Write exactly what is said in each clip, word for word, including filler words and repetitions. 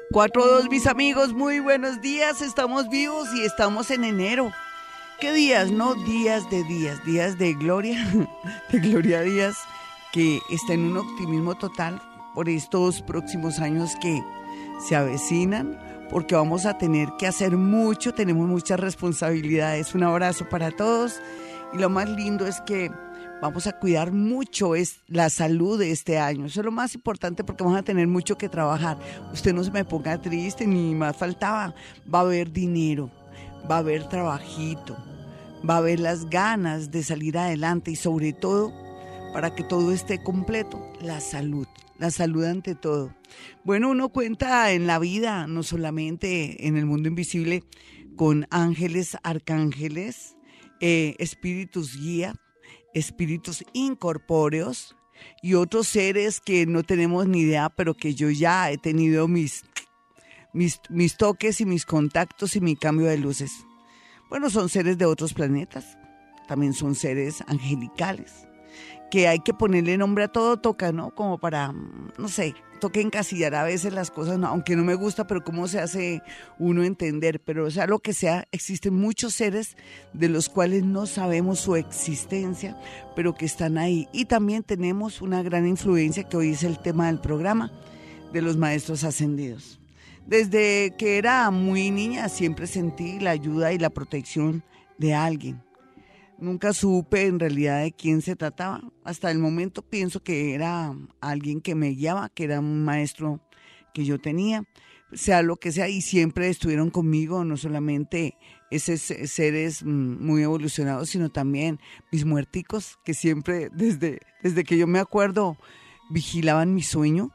Cuatro dos, mis amigos, muy buenos días, estamos vivos y estamos en enero. ¿Qué días, no? Días de días, días de gloria, de Gloria Díaz, que está en un optimismo total por estos próximos años que se avecinan, porque vamos a tener que hacer mucho, tenemos muchas responsabilidades. Un abrazo para todos y lo más lindo es que vamos a cuidar mucho es la salud de este año. Eso es lo más importante porque vamos a tener mucho que trabajar. Usted no se me ponga triste, ni más faltaba. Va a haber dinero, va a haber trabajito, va a haber las ganas de salir adelante y sobre todo, para que todo esté completo, la salud. La salud ante todo. Bueno, uno cuenta en la vida, no solamente en el mundo invisible, con ángeles, arcángeles, eh, espíritus guía, espíritus incorpóreos y otros seres que no tenemos ni idea, pero que yo ya he tenido mis, mis, mis toques y mis contactos y mi cambio de luces. Bueno, son seres de otros planetas, también son seres angelicales, que hay que ponerle nombre a todo, toca, ¿no? Como para, no sé, toca encasillar a veces las cosas, ¿no? Aunque no me gusta, pero cómo se hace uno entender. Pero o sea, lo que sea, existen muchos seres de los cuales no sabemos su existencia, pero que están ahí. Y también tenemos una gran influencia, que hoy es el tema del programa, de los maestros ascendidos. Desde que era muy niña siempre sentí la ayuda y la protección de alguien. Nunca supe en realidad de quién se trataba. Hasta el momento pienso que era alguien que me guiaba, que era un maestro que yo tenía, sea lo que sea, y siempre estuvieron conmigo, no solamente esos seres muy evolucionados, sino también mis muerticos, que siempre, desde, desde que yo me acuerdo, vigilaban mi sueño.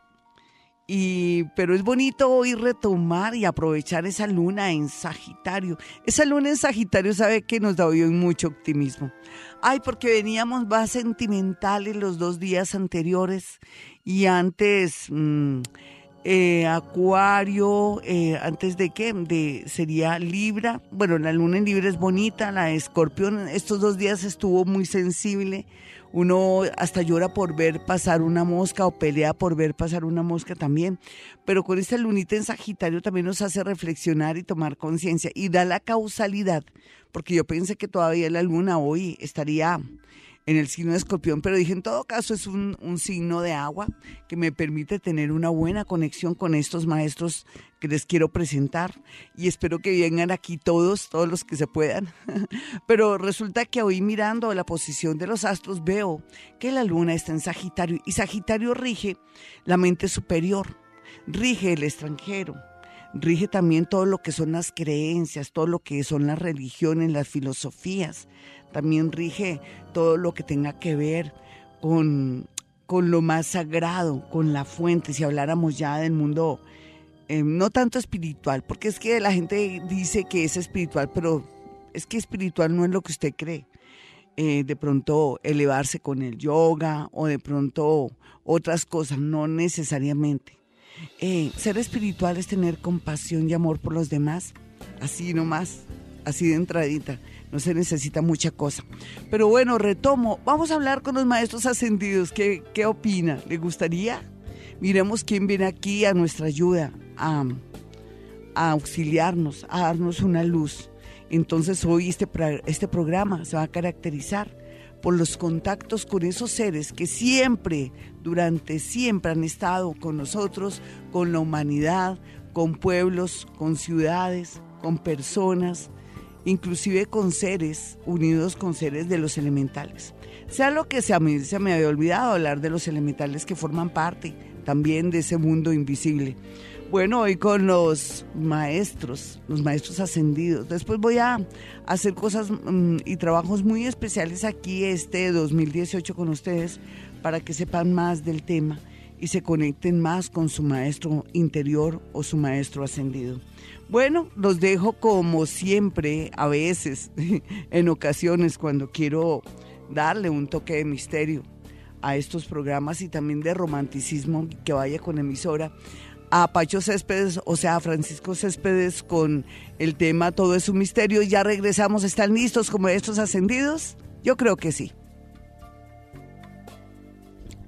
Y, pero es bonito hoy retomar y aprovechar esa luna en Sagitario. Esa luna en Sagitario, ¿sabe qué? Nos da hoy mucho optimismo. Ay, porque veníamos más sentimentales los dos días anteriores y antes mmm, eh, Acuario, eh, antes de qué, de, sería Libra. Bueno, la luna en Libra es bonita, la de Escorpión estos dos días estuvo muy sensible. Uno hasta llora por ver pasar una mosca o pelea por ver pasar una mosca también. Pero con esta lunita en Sagitario también nos hace reflexionar y tomar conciencia. Y da la causalidad, porque yo pensé que todavía la luna hoy estaría en el signo de Escorpión, pero dije, en todo caso es un, un signo de agua que me permite tener una buena conexión con estos maestros que les quiero presentar y espero que vengan aquí todos, todos los que se puedan. Pero resulta que hoy mirando la posición de los astros veo que la luna está en Sagitario y Sagitario rige la mente superior, rige el extranjero, rige también todo lo que son las creencias, todo lo que son las religiones, las filosofías. También rige todo lo que tenga que ver con, con lo más sagrado, con la fuente, si habláramos ya del mundo, eh, no tanto espiritual, porque es que la gente dice que es espiritual, pero es que espiritual no es lo que usted cree. Eh, de pronto elevarse con el yoga o de pronto otras cosas, no necesariamente. Eh, ser espiritual es tener compasión y amor por los demás, así nomás, así de entradita. No se necesita mucha cosa. Pero bueno, retomo. Vamos a hablar con los maestros ascendidos. ¿Qué, qué opina? ¿Le gustaría? Miremos quién viene aquí a nuestra ayuda, a, a auxiliarnos, a darnos una luz. Entonces hoy este, este programa se va a caracterizar por los contactos con esos seres que siempre, durante siempre han estado con nosotros, con la humanidad, con pueblos, con ciudades, con personas, inclusive con seres, unidos con seres de los elementales. Sea lo que sea, me, se me había olvidado hablar de los elementales que forman parte también de ese mundo invisible. Bueno, hoy con los maestros, los maestros ascendidos. Después voy a hacer cosas mmm, y trabajos muy especiales aquí este dos mil dieciocho con ustedes para que sepan más del tema y se conecten más con su maestro interior o su maestro ascendido. Bueno, los dejo como siempre, a veces, en ocasiones, cuando quiero darle un toque de misterio a estos programas y también de romanticismo que vaya con emisora, a Pacho Céspedes, o sea, a Francisco Céspedes con el tema Todo es un misterio. Ya regresamos, ¿están listos como estos ascendidos? Yo creo que sí.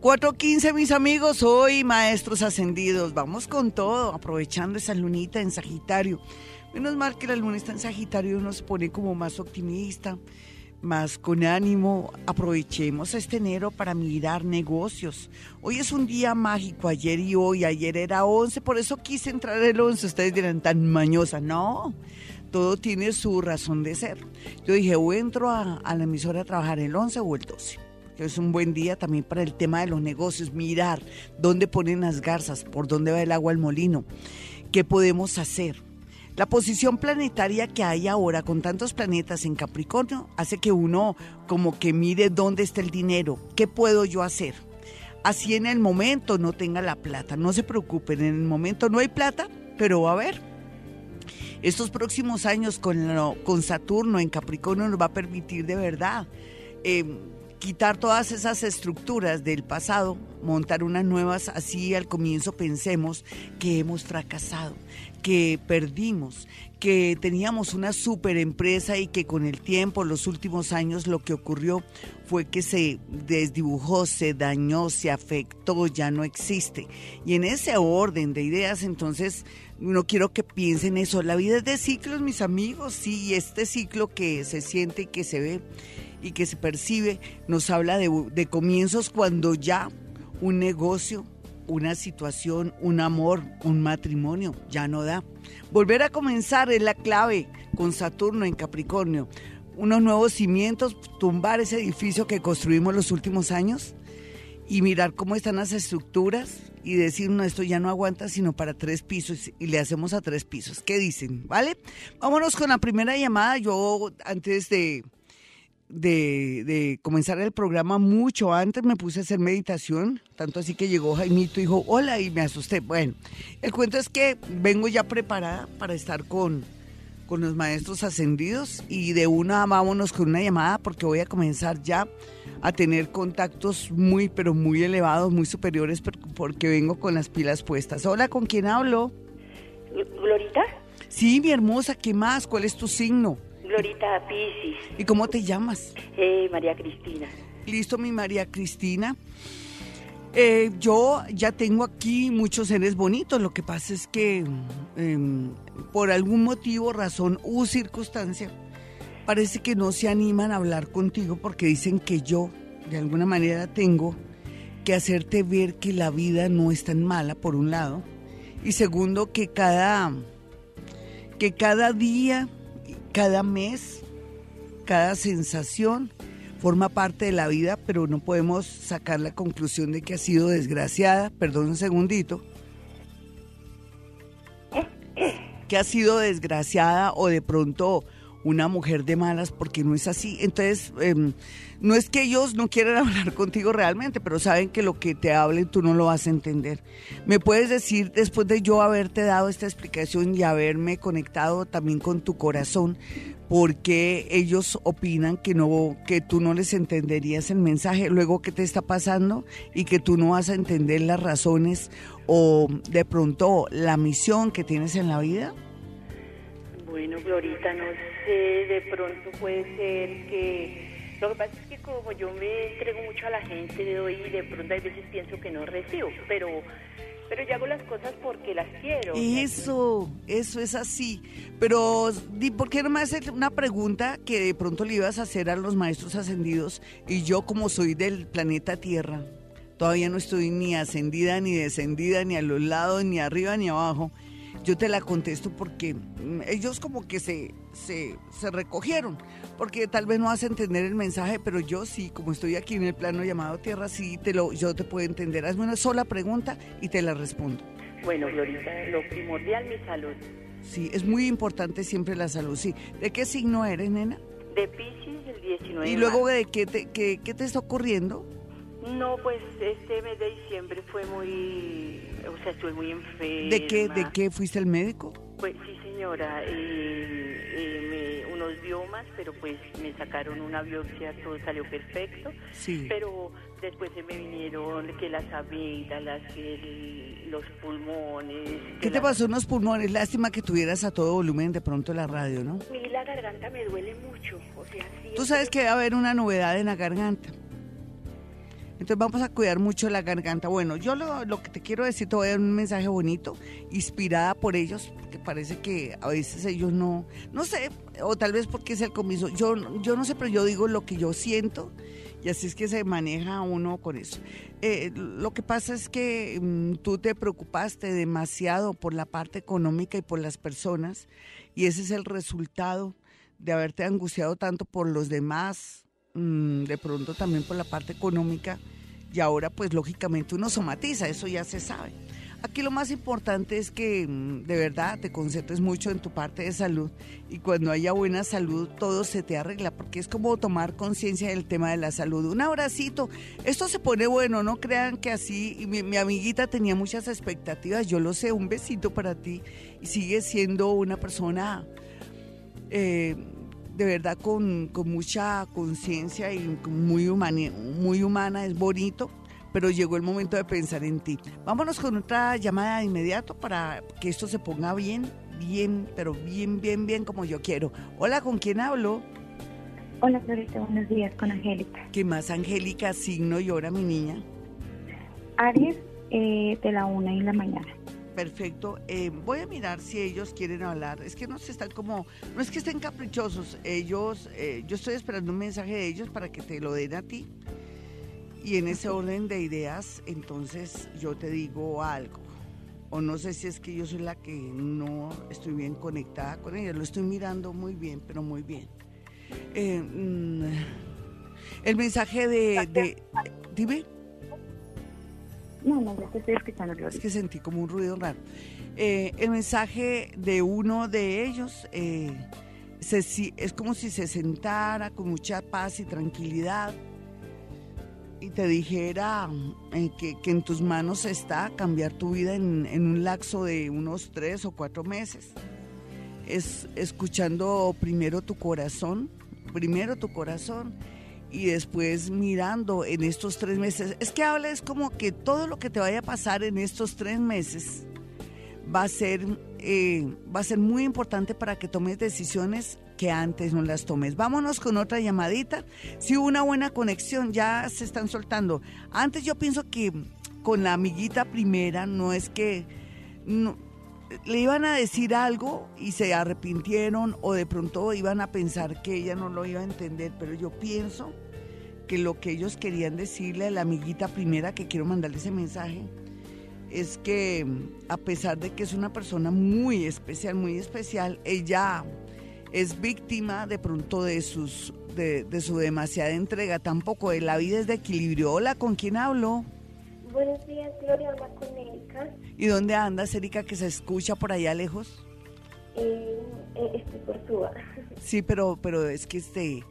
cuatro quince, mis amigos, hoy maestros ascendidos, vamos con todo, aprovechando esa lunita en Sagitario. Menos mal que la luna está en Sagitario, uno se pone como más optimista, más con ánimo. Aprovechemos este enero para mirar negocios. Hoy es un día mágico, ayer y hoy, ayer era once, por eso quise entrar el once, ustedes dirán tan mañosa, no, todo tiene su razón de ser. Yo dije, o entro a, a la emisora a trabajar el once o el doce. Es un buen día también para el tema de los negocios, mirar dónde ponen las garzas, por dónde va el agua al molino, qué podemos hacer. La posición planetaria que hay ahora con tantos planetas en Capricornio hace que uno como que mire dónde está el dinero, qué puedo yo hacer. Así en el momento no tenga la plata, no se preocupen, en el momento no hay plata, pero va a haber. Estos próximos años con, lo, con Saturno en Capricornio nos va a permitir de verdad eh, quitar todas esas estructuras del pasado, montar unas nuevas. Así al comienzo pensemos que hemos fracasado, que perdimos, que teníamos una super empresa y que con el tiempo, los últimos años, lo que ocurrió fue que se desdibujó, se dañó, se afectó, ya no existe. Y en ese orden de ideas, entonces, no quiero que piensen eso. La vida es de ciclos, mis amigos, sí, y este ciclo que se siente y que se ve y que se percibe, nos habla de, de comienzos cuando ya un negocio, una situación, un amor, un matrimonio, ya no da. Volver a comenzar es la clave con Saturno en Capricornio. Unos nuevos cimientos, tumbar ese edificio que construimos los últimos años y mirar cómo están las estructuras y decir, no, esto ya no aguanta sino para tres pisos y le hacemos a tres pisos. ¿Qué dicen? ¿Vale? Vámonos con la primera llamada. Yo antes de... De, de comenzar el programa, mucho antes me puse a hacer meditación, tanto así que llegó Jaimito y dijo hola y me asusté. Bueno, el cuento es que vengo ya preparada para estar con, con los maestros ascendidos y de una vámonos con una llamada porque voy a comenzar ya a tener contactos muy pero muy elevados, muy superiores porque vengo con las pilas puestas. Hola, ¿con quién hablo? ¿Glorita? Sí, mi hermosa, ¿qué más? ¿Cuál es tu signo? Glorita Piscis. ¿Y cómo te llamas? Eh, María Cristina. Listo, mi María Cristina. Eh, yo ya tengo aquí muchos seres bonitos. Lo que pasa es que eh, por algún motivo, razón u circunstancia, parece que no se animan a hablar contigo porque dicen que yo, de alguna manera, tengo que hacerte ver que la vida no es tan mala, por un lado. Y segundo, que cada, que cada día... Cada mes, cada sensación forma parte de la vida, pero no podemos sacar la conclusión de que ha sido desgraciada, perdón un segundito, que ha sido desgraciada o de pronto una mujer de malas, porque no es así. Entonces, eh, no es que ellos no quieran hablar contigo realmente, pero saben que lo que te hablen tú no lo vas a entender. ¿Me puedes decir, después de yo haberte dado esta explicación y haberme conectado también con tu corazón, por qué ellos opinan que, no, que tú no les entenderías el mensaje, luego qué te está pasando y que tú no vas a entender las razones o de pronto la misión que tienes en la vida? Bueno, Glorita, no sé, de pronto puede ser que... Lo que pasa es que como yo me entrego mucho a la gente de hoy, de pronto hay veces pienso que no recibo, pero pero yo hago las cosas porque las quiero. Eso, eso es así. Pero, ¿por qué no me haces una pregunta que de pronto le ibas a hacer a los maestros ascendidos? Y yo, como soy del planeta Tierra, todavía no estoy ni ascendida, ni descendida, ni a los lados, ni arriba, ni abajo. Yo te la contesto porque ellos como que se, se, se recogieron, porque tal vez no vas a entender el mensaje, pero yo sí, como estoy aquí en el plano llamado Tierra, sí, te lo, yo te puedo entender. Hazme una sola pregunta y te la respondo. Bueno, Glorita, lo primordial, mi salud. Sí, es muy importante siempre la salud, sí. ¿De qué signo eres, nena? De Piscis, el diecinueve. ¿Y luego de qué te, qué, qué te está ocurriendo? No, pues este mes de diciembre fue muy, o sea, estuve muy enferma. ¿De qué, de qué fuiste al médico? Pues sí, señora, eh, eh, me, unos biomas, pero pues me sacaron una biopsia, todo salió perfecto. Sí. Pero después se me vinieron que las amígdalas, las, el, los pulmones. ¿Qué te pasó en los pulmones? Lástima que tuvieras a todo volumen de pronto la radio, ¿no? Y la garganta me duele mucho, o sea, sí. Tú sabes que va a haber una novedad en la garganta. Entonces vamos a cuidar mucho la garganta. Bueno, yo lo, lo que te quiero decir, te voy a dar un mensaje bonito, inspirada por ellos, porque parece que a veces ellos no, no sé, o tal vez porque es el comienzo. Yo, yo no sé, pero yo digo lo que yo siento y así es que se maneja uno con eso. Eh, lo que pasa es que mmm, tú te preocupaste demasiado por la parte económica y por las personas y ese es el resultado de haberte angustiado tanto por los demás, mmm, de pronto también por la parte económica y ahora pues lógicamente uno somatiza, eso ya se sabe. Aquí lo más importante es que de verdad te concentres mucho en tu parte de salud y cuando haya buena salud todo se te arregla porque es como tomar conciencia del tema de la salud. Un abracito, esto se pone bueno, no crean que así, y mi, mi amiguita tenía muchas expectativas, yo lo sé, un besito para ti y sigue siendo una persona eh, de verdad con, con mucha conciencia y muy humana, muy humana, es bonito. Pero llegó el momento de pensar en ti. Vámonos con otra llamada de inmediato para que esto se ponga bien, bien, pero bien, bien, bien como yo quiero. Hola, ¿con quién hablo? Hola, Florita, buenos días, con Angélica. ¿Qué más, Angélica? Signo y hora, mi niña. Aries, eh, de la una y la mañana. Perfecto. Eh, voy a mirar si ellos quieren hablar. Es que no se están como, no es que estén caprichosos. Ellos, eh, yo estoy esperando un mensaje de ellos para que te lo den a ti. Y en ese orden de ideas, entonces yo te digo algo. O no sé si es que yo soy la que no estoy bien conectada con ella. Lo estoy mirando muy bien, pero muy bien. Eh, mm, el mensaje de, de... Dime. No, no, yo te estoy escuchando, Gloria. Es que sentí como un ruido raro. Eh, el mensaje de uno de ellos eh, se, es como si se sentara con mucha paz y tranquilidad y te dijera eh, que, que en tus manos está cambiar tu vida en, en un lapso de unos tres o cuatro meses. Es escuchando primero tu corazón, primero tu corazón y después mirando en estos tres meses. Es que habla, es como que todo lo que te vaya a pasar en estos tres meses va a ser, eh, va a ser muy importante para que tomes decisiones que antes no las tomes. Vámonos con otra llamadita. Si hubo una buena conexión, ya se están soltando. Antes yo pienso que con la amiguita primera no es que no, le iban a decir algo y se arrepintieron o de pronto iban a pensar que ella no lo iba a entender, pero yo pienso que lo que ellos querían decirle a la amiguita primera, que quiero mandarle ese mensaje, es que a pesar de que es una persona muy especial, muy especial, ella es víctima de pronto de sus de, de su demasiada entrega, tampoco de la vida es de equilibrio. Hola, ¿con quién hablo? Buenos días, Gloria, habla con Erika. ¿Y dónde andas, Erika, que se escucha por allá lejos? Eh, eh, estoy por Suba. Sí, pero, pero es que este,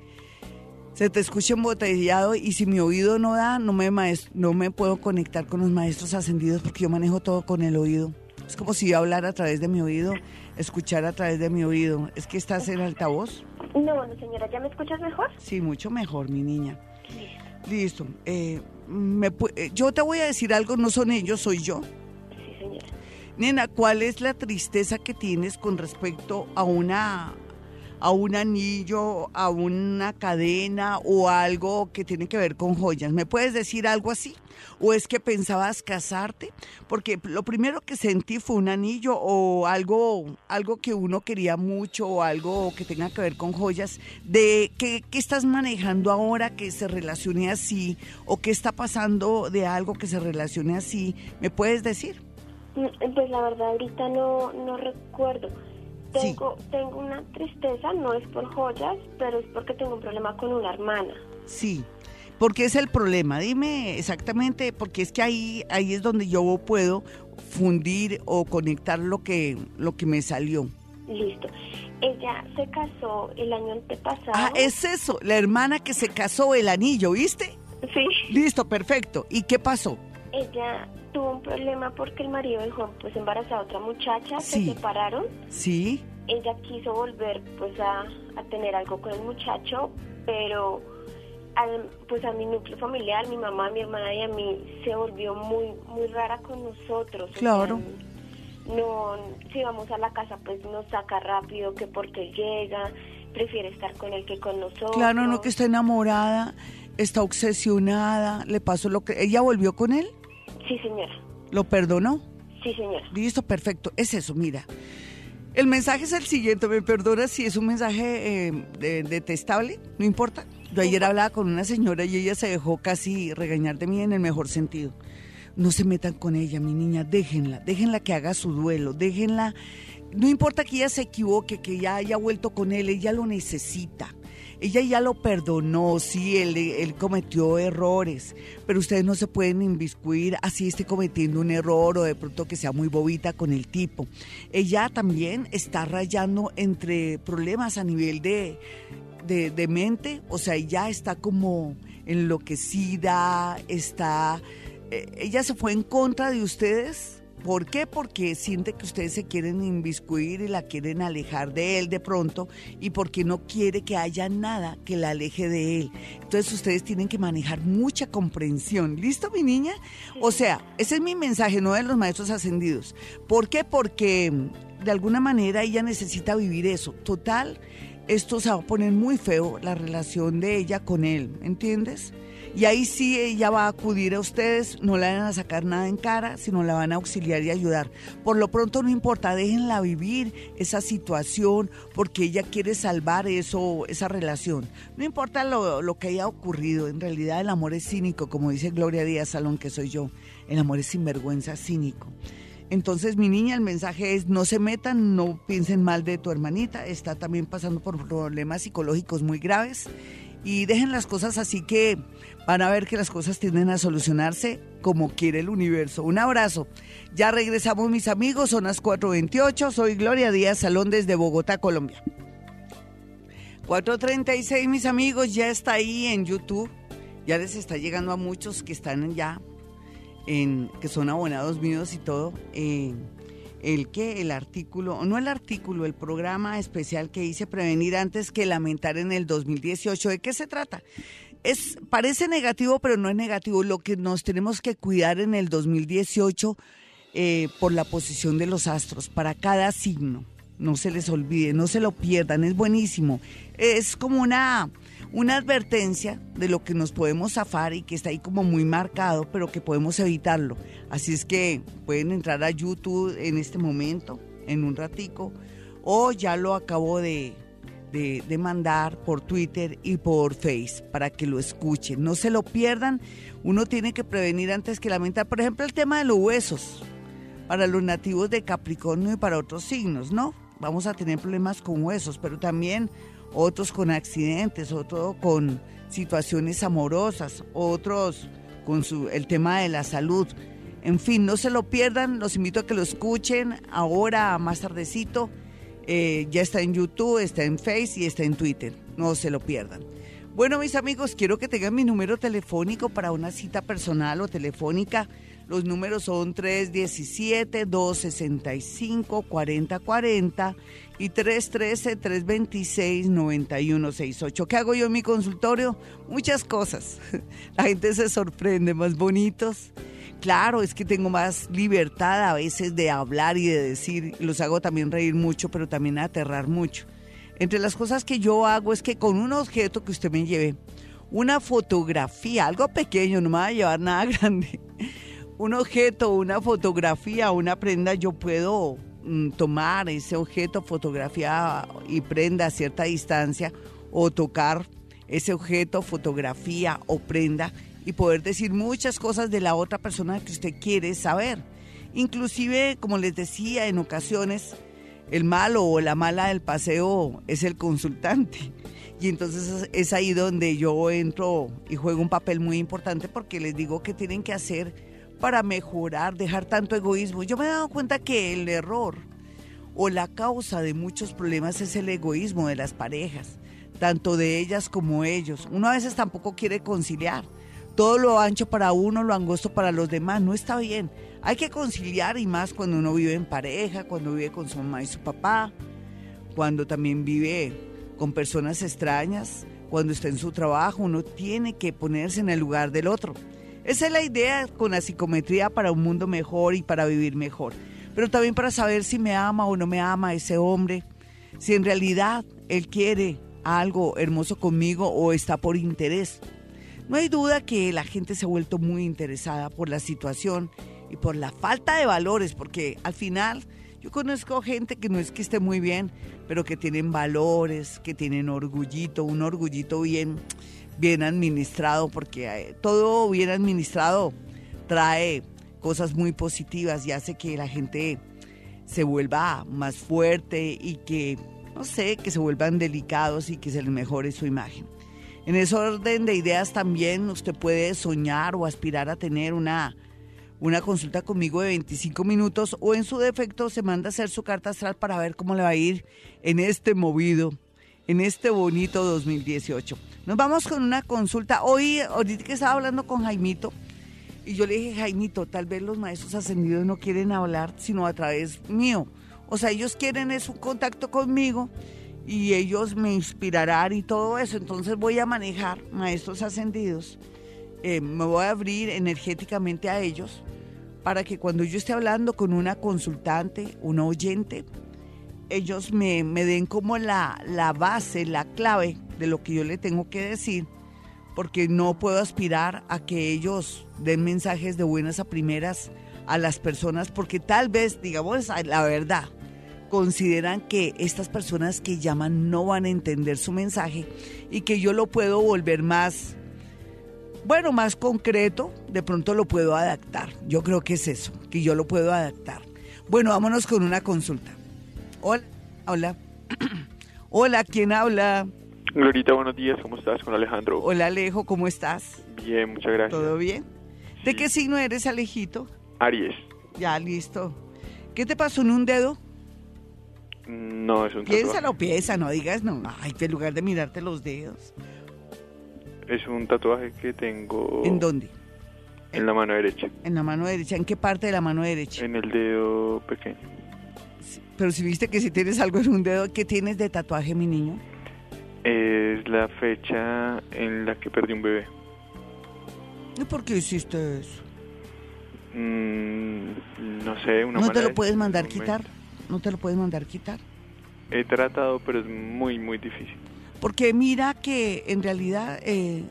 se te escucha embotellado y si mi oído no da, no me, maest- no me puedo conectar con los maestros ascendidos porque yo manejo todo con el oído. Es como si yo hablara a través de mi oído, escuchar a través de mi oído. ¿Es que estás en altavoz? No, no, señora, ¿ya me escuchas mejor? Sí, mucho mejor, mi niña. Listo. Listo. Eh, me pu- eh, yo te voy a decir algo, no son ellos, soy yo. Sí, señora. Nena, ¿cuál es la tristeza que tienes con respecto a una a un anillo, a una cadena o algo que tiene que ver con joyas? ¿Me puedes decir algo así? ¿O es que pensabas casarte? Porque lo primero que sentí fue un anillo o algo, algo que uno quería mucho o algo que tenga que ver con joyas. ¿De qué, qué estás manejando ahora que se relacione así? ¿O qué está pasando de algo que se relacione así? ¿Me puedes decir? Pues la verdad ahorita no, no recuerdo. Tengo, Sí. tengo una tristeza, no es por joyas, pero es porque tengo un problema con una hermana. Sí. ¿Por qué es el problema? Dime exactamente, porque es que ahí, ahí es donde yo puedo fundir o conectar lo que, lo que me salió. Listo. Ella se casó el año antepasado. Ah, es eso, la hermana que se casó, el anillo, ¿viste? Sí. Listo, perfecto. ¿Y qué pasó? Ella tuvo un problema porque el marido dejó pues embarazada a otra muchacha, Sí. se separaron. Sí, Ella quiso volver pues a, a tener algo con el muchacho, pero al, pues a mi núcleo familiar, mi mamá, mi hermana y a mí se volvió muy muy rara con nosotros. O Claro. sea, no, si vamos a la casa pues nos saca rápido que porque llega, prefiere estar con él que con nosotros. claro, no que está enamorada. está obsesionada, le pasó lo que... ¿Ella volvió con él? Sí, señora. ¿Lo perdonó? Sí, señora. Listo, perfecto. Es eso, mira. El mensaje es el siguiente, me perdona si es un mensaje eh, de, detestable, no importa. Yo ayer hablaba con una señora y ella se dejó casi regañar de mí en el mejor sentido. No se metan con ella, mi niña, déjenla, déjenla que haga su duelo, déjenla, no importa que ella se equivoque, que ya haya vuelto con él, ella lo necesita. Ella ya lo perdonó, sí, él, él cometió errores, pero ustedes no se pueden inmiscuir así esté cometiendo un error o de pronto que sea muy bobita con el tipo. Ella también está rayando entre problemas a nivel de, de, de mente, o sea, ella está como enloquecida, está, eh, ella se fue en contra de ustedes. ¿Por qué? Porque siente que ustedes se quieren inmiscuir y la quieren alejar de él de pronto y porque no quiere que haya nada que la aleje de él. Entonces ustedes tienen que manejar mucha comprensión. ¿Listo, mi niña? O sea, ese es mi mensaje, no de los maestros ascendidos. ¿Por qué? Porque de alguna manera ella necesita vivir eso. Total, esto se va a poner muy feo, la relación de ella con él, ¿entiendes? Y ahí sí ella va a acudir a ustedes, no le van a sacar nada en cara, sino la van a auxiliar y ayudar. Por lo pronto no importa, déjenla vivir esa situación porque ella quiere salvar eso, esa relación. No importa lo, lo que haya ocurrido, en realidad el amor es cínico, como dice Gloria Díaz Salón, que soy yo. El amor es sinvergüenza, cínico. Entonces, mi niña, el mensaje es no se metan, no piensen mal de tu hermanita, está también pasando por problemas psicológicos muy graves. Y dejen las cosas así que van a ver que las cosas tienden a solucionarse como quiere el universo. Un abrazo. Ya regresamos, mis amigos. Son las cuatro veintiocho. Soy Gloria Díaz Salón desde Bogotá, Colombia. cuatro treinta y seis, mis amigos. Ya está ahí en YouTube. Ya les está llegando a muchos que están ya, en, que son abonados míos y todo. Eh, el que el artículo, no el artículo, el programa especial que hice, Prevenir antes que lamentar, en el dos mil dieciocho. ¿De qué se trata? Es, parece negativo, pero no es negativo. Lo que nos tenemos que cuidar en el dos mil dieciocho eh, por la posición de los astros para cada signo. No se les olvide, no se lo pierdan, es buenísimo. Es como una, una advertencia de lo que nos podemos zafar y que está ahí como muy marcado, pero que podemos evitarlo. Así es que pueden entrar a YouTube en este momento, en un ratico, o ya lo acabo de, de, de mandar por Twitter y por Face para que lo escuchen. No se lo pierdan, uno tiene que prevenir antes que lamentar. Por ejemplo, el tema de los huesos, para los nativos de Capricornio y para otros signos, ¿no? Vamos a tener problemas con huesos, pero también otros con accidentes, otros con situaciones amorosas, otros con su, el tema de la salud. En fin, no se lo pierdan, los invito a que lo escuchen ahora, más tardecito. Eh, ya está en YouTube, está en Face y está en Twitter. No se lo pierdan. Bueno, mis amigos, quiero que tengan mi número telefónico para una cita personal o telefónica. Los números son tres uno siete, dos seis cinco, cuatro cero cuatro cero y tres uno tres, tres dos seis, nueve uno seis ocho. ¿Qué hago yo en mi consultorio? Muchas cosas. La gente se sorprende, más bonitos. Claro, es que tengo más libertad a veces de hablar y de decir. Los hago también reír mucho, pero también aterrar mucho. Entre las cosas que yo hago es que con un objeto que usted me lleve, una fotografía, algo pequeño, no me va a llevar nada grande. Un objeto, una fotografía, una prenda, yo puedo mm, tomar ese objeto, fotografía y prenda a cierta distancia, o tocar ese objeto, fotografía o prenda y poder decir muchas cosas de la otra persona que usted quiere saber. Inclusive, como les decía, en ocasiones el malo o la mala del paseo es el consultante. Y entonces es ahí donde yo entro y juego un papel muy importante, porque les digo qué tienen que hacer para mejorar, dejar tanto egoísmo. Yo me he dado cuenta que el error o la causa de muchos problemas es el egoísmo de las parejas, tanto de ellas como ellos. Uno a veces tampoco quiere conciliar. Todo lo ancho para uno, lo angosto para los demás. No está bien. Hay que conciliar, y más cuando uno vive en pareja, cuando vive con su mamá y su papá, cuando también vive con personas extrañas, cuando está en su trabajo. Uno tiene que ponerse en el lugar del otro. Esa es la idea con la psicometría, para un mundo mejor y para vivir mejor. Pero también para saber si me ama o no me ama ese hombre, si en realidad él quiere algo hermoso conmigo o está por interés. No hay duda que la gente se ha vuelto muy interesada por la situación y por la falta de valores, porque al final yo conozco gente que no es que esté muy bien, pero que tienen valores, que tienen orgullito, un orgullito bien, bien administrado, porque eh, todo bien administrado trae cosas muy positivas y hace que la gente se vuelva más fuerte y que, no sé, que se vuelvan delicados y que se les mejore su imagen. En ese orden de ideas también usted puede soñar o aspirar a tener una, una consulta conmigo de veinticinco minutos o en su defecto se manda a hacer su carta astral para ver cómo le va a ir en este movido, en este bonito dos mil dieciocho. Nos vamos con una consulta. Hoy, ahorita que estaba hablando con Jaimito, y yo le dije, Jaimito, tal vez los maestros ascendidos no quieren hablar sino a través mío. O sea, ellos quieren es un contacto conmigo y ellos me inspirarán y todo eso. Entonces voy a manejar maestros ascendidos, eh, me voy a abrir energéticamente a ellos para que cuando yo esté hablando con una consultante, una oyente, ellos me, me den como la, la base, la clave de lo que yo le tengo que decir, porque no puedo aspirar a que ellos den mensajes de buenas a primeras a las personas, porque tal vez, digamos la verdad, consideran que estas personas que llaman no van a entender su mensaje y que yo lo puedo volver más, bueno, más concreto, de pronto lo puedo adaptar. Yo creo que es eso, que yo lo puedo adaptar. Bueno, vámonos con una consulta. Hola, hola. Hola, ¿quién habla? Glorita, buenos días, ¿cómo estás? Con Alejandro. Hola, Alejo, ¿cómo estás? Bien, muchas gracias. ¿Todo bien? Sí. ¿De qué signo eres, Alejito? Aries. Ya, listo. ¿Qué te pasó en un dedo? No, es un Piénsalo, tatuaje. piensa, no digas no. Ay, en lugar de mirarte los dedos. Es un tatuaje que tengo... ¿En dónde? En la mano derecha. En la mano derecha. ¿En qué parte de la mano derecha? En el dedo pequeño. Sí, pero si viste que si tienes algo en un dedo, ¿qué tienes de tatuaje, mi niño? Es la fecha en la que perdí un bebé. ¿Y por qué hiciste eso? Mm, no sé, una ¿No mala te lo puedes mandar decisión, quitar? ¿No te lo puedes mandar quitar? He tratado, pero es muy, muy difícil. Porque mira que en realidad, eh,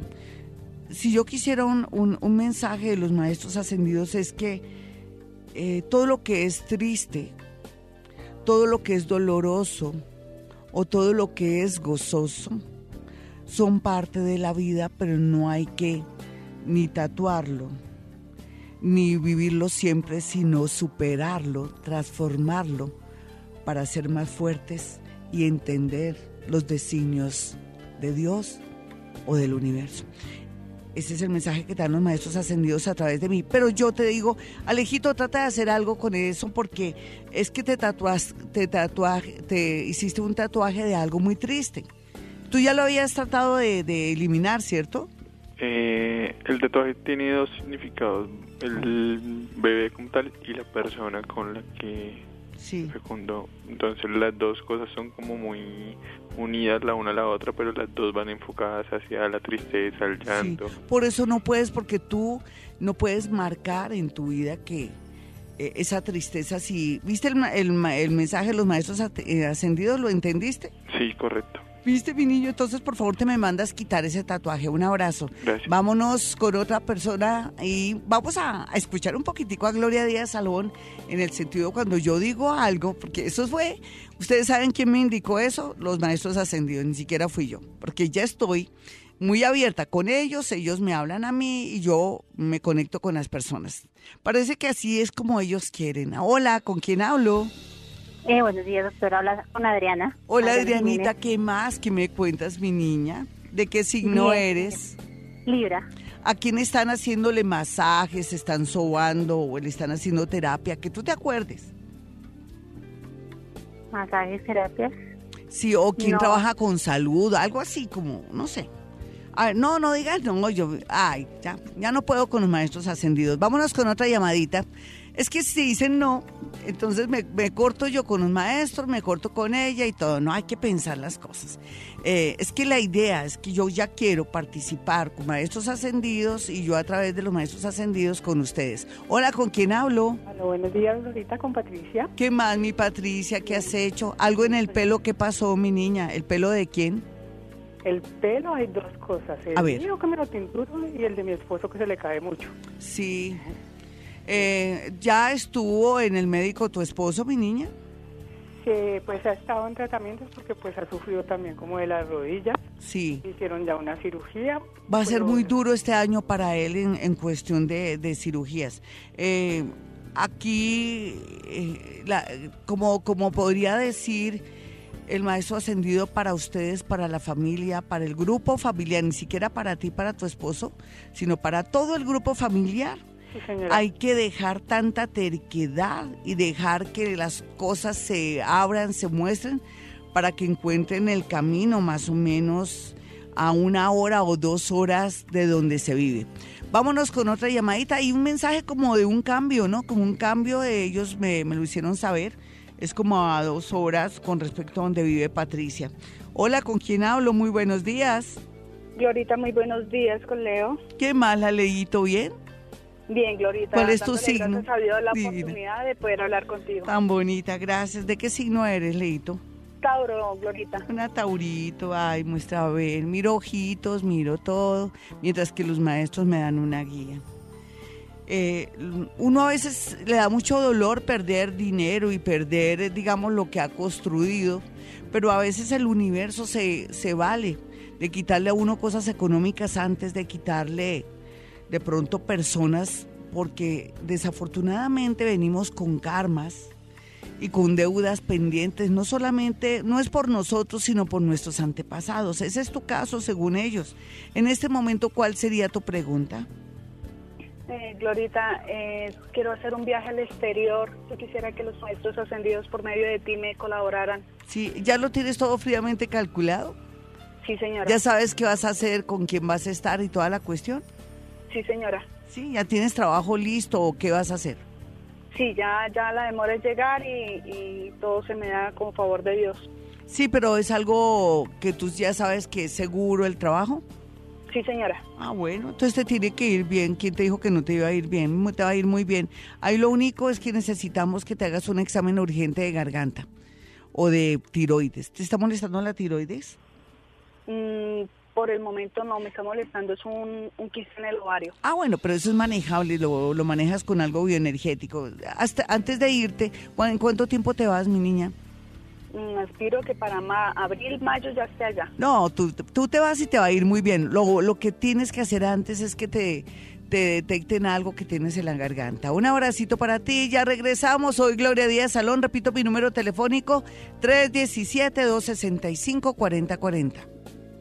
si yo quisiera un, un, un mensaje de los maestros ascendidos es que eh, todo lo que es triste, todo lo que es doloroso o todo lo que es gozoso son parte de la vida, pero no hay que ni tatuarlo, ni vivirlo siempre, sino superarlo, transformarlo para ser más fuertes y entender los designios de Dios o del universo. Ese es el mensaje que dan los maestros ascendidos a través de mí. Pero yo te digo, Alejito, trata de hacer algo con eso porque es que te tatuas, te tatuaje, te hiciste un tatuaje de algo muy triste. Tú ya lo habías tratado de, de eliminar, ¿cierto? Eh, el tatuaje tiene dos significados. El bebé como tal y la persona con la que sí. fecundó. Entonces las dos cosas son como muy unidas la una a la otra, pero las dos van enfocadas hacia la tristeza, el llanto. Sí. Por eso no puedes, porque tú no puedes marcar en tu vida que eh, esa tristeza, si viste el, el, el mensaje de los maestros ascendidos, ¿lo entendiste? Sí, correcto. ¿Viste, mi niño? Entonces, por favor, te me mandas quitar ese tatuaje. Un abrazo. Gracias. Vámonos con otra persona y vamos a, a escuchar un poquitico a Gloria Díaz Salón en el sentido cuando yo digo algo, porque eso fue, ustedes saben quién me indicó eso, los maestros ascendidos, ni siquiera fui yo, porque ya estoy muy abierta con ellos, ellos me hablan a mí y yo me conecto con las personas. Parece que así es como ellos quieren. Hola, ¿con quién hablo? Eh, buenos días, doctora. Habla con Adriana. Hola, Adriana Adrianita, Jiménez. ¿qué más? ¿Qué me cuentas, mi niña? ¿De qué signo Bien. eres? Libra. ¿A quién están haciéndole masajes, están sobando o le están haciendo terapia? Que tú te acuerdes. Masajes, terapias. Sí, o quién No. trabaja con salud, algo así como, no sé. A ver, no, no digas, no, yo, ay, ya, ya no puedo con los maestros ascendidos. Vámonos con otra llamadita. Es que si dicen no, entonces me, me corto yo con un maestro, me corto con ella y todo. No hay que pensar las cosas. Eh, es que la idea es que yo ya quiero participar con maestros ascendidos y yo a través de los maestros ascendidos con ustedes. Hola, ¿con quién hablo? Hola, buenos días, Glorita, con Patricia. ¿Qué más, mi Patricia? ¿Qué has hecho? ¿Algo en el pelo? ¿Qué pasó, mi niña? ¿El pelo de quién? El pelo hay dos cosas, A el ver. mío que me lo tinturo y el de mi esposo que se le cae mucho. Sí. Eh, ¿Ya estuvo en el médico tu esposo, mi niña? Que pues ha estado en tratamientos porque pues ha sufrido también como de las rodillas. Sí. Hicieron ya una cirugía. Va a ser pero- muy duro este año para él en, en cuestión de, de cirugías. Eh, aquí, eh, la- como, como podría decir el maestro ascendido para ustedes, para la familia, para el grupo familiar, ni siquiera para ti, para tu esposo, sino para todo el grupo familiar. Sí, señora. Hay que dejar tanta terquedad y dejar que las cosas se abran, se muestren, para que encuentren el camino más o menos a una hora o dos horas de donde se vive. Vámonos con otra llamadita y un mensaje como de un cambio, ¿no? Como un cambio, de ellos me, me lo hicieron saber. Es como a dos horas con respecto a donde vive Patricia. Hola, ¿con quién hablo? Muy buenos días. Glorita, muy buenos días con Leo. ¿Qué más, Leíto? ¿Bien? Bien, Glorita. ¿Cuál es tu dándole signo? Gracias a Dios la Divina. oportunidad de poder hablar contigo. Tan bonita, gracias. ¿De qué signo eres, Leito? Tauro, Glorita. Una taurito, ay, muestra a ver, miro ojitos, miro todo, mientras que los maestros me dan una guía. Eh, uno a veces le da mucho dolor perder dinero y perder, eh, digamos, lo que ha construido, pero a veces el universo se, se vale de quitarle a uno cosas económicas antes de quitarle de pronto personas, porque desafortunadamente venimos con karmas y con deudas pendientes, no solamente, no es por nosotros, sino por nuestros antepasados. Ese es tu caso, según ellos. En este momento, ¿cuál sería tu pregunta? Eh, Glorita, eh, quiero hacer un viaje al exterior. Yo quisiera que los maestros ascendidos por medio de ti me colaboraran. Sí, ¿ya lo tienes todo fríamente calculado? Sí, señora. ¿Ya sabes qué vas a hacer, con quién vas a estar y toda la cuestión? Sí, señora. Sí, ¿ya tienes trabajo listo o qué vas a hacer? Sí, ya, ya la demora es llegar y, y todo se me da con favor de Dios. Sí, pero es algo que tú ya sabes que es seguro el trabajo. Sí, señora. Ah, bueno, entonces te tiene que ir bien. ¿Quién te dijo que no te iba a ir bien? Te va a ir muy bien. Ahí lo único es que necesitamos que te hagas un examen urgente de garganta o de tiroides. ¿Te está molestando la tiroides? Mm, por el momento no, me está molestando, es un, un quiste en el ovario. Ah, bueno, pero eso es manejable, lo, lo manejas con algo bioenergético. Hasta antes de irte, ¿en cuánto tiempo te vas, mi niña? Mm, aspiro que para ma- abril, mayo ya esté allá. No, tú, tú te vas y te va a ir muy bien. Lo, lo que tienes que hacer antes es que te, te detecten algo que tienes en la garganta. Un abracito para ti, ya regresamos. Soy Gloria Díaz Salón, repito mi número telefónico, tres uno siete, dos seis cinco, cuatro cero cuatro cero.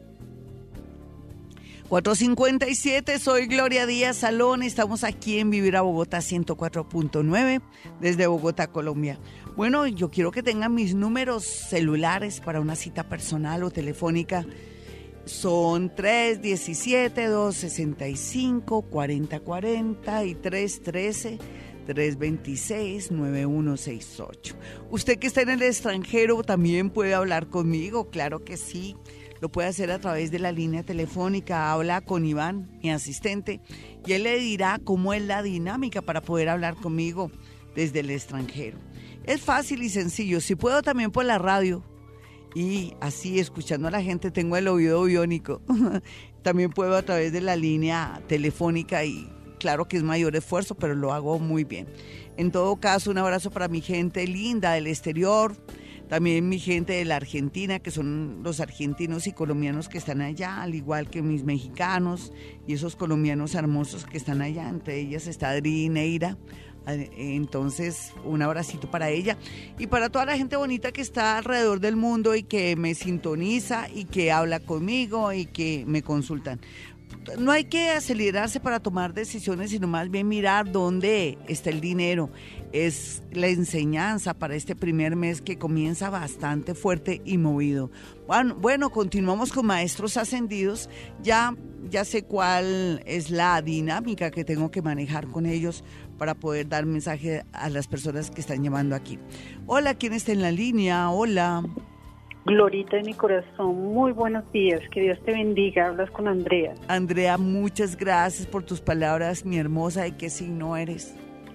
cuatro cincuenta y siete, soy Gloria Díaz Salón, estamos aquí en Vivir a Bogotá ciento cuatro punto nueve, desde Bogotá, Colombia. Bueno, yo quiero que tengan mis números celulares para una cita personal o telefónica. Son tres uno siete, dos seis cinco, cuatro cero cuatro cero y tres uno tres, tres dos seis, nueve uno seis ocho. Usted que está en el extranjero también puede hablar conmigo, claro que sí. Lo puede hacer a través de la línea telefónica. Habla con Iván, mi asistente, y él le dirá cómo es la dinámica para poder hablar conmigo desde el extranjero. Es fácil y sencillo. Si puedo, también por la radio. Y así, escuchando a la gente, tengo el oído biónico. También puedo a través de la línea telefónica y claro que es mayor esfuerzo, pero lo hago muy bien. En todo caso, un abrazo para mi gente linda del exterior. También mi gente de la Argentina, que son los argentinos y colombianos que están allá, al igual que mis mexicanos y esos colombianos hermosos que están allá. Entre ellas está Adri Neira. Entonces, un abracito para ella y para toda la gente bonita que está alrededor del mundo y que me sintoniza y que habla conmigo y que me consultan. No hay que acelerarse para tomar decisiones, sino más bien mirar dónde está el dinero. Es la enseñanza para este primer mes que comienza bastante fuerte y movido. Bueno, bueno, continuamos con maestros ascendidos. Ya, ya sé cuál es la dinámica que tengo que manejar con ellos para poder dar mensaje a las personas que están llamando aquí. Hola, ¿quién está en la línea? Hola. Glorita de mi corazón, muy buenos días, que Dios te bendiga, hablas con Andrea. Andrea, muchas gracias por tus palabras, mi hermosa. ¿De qué signo eres?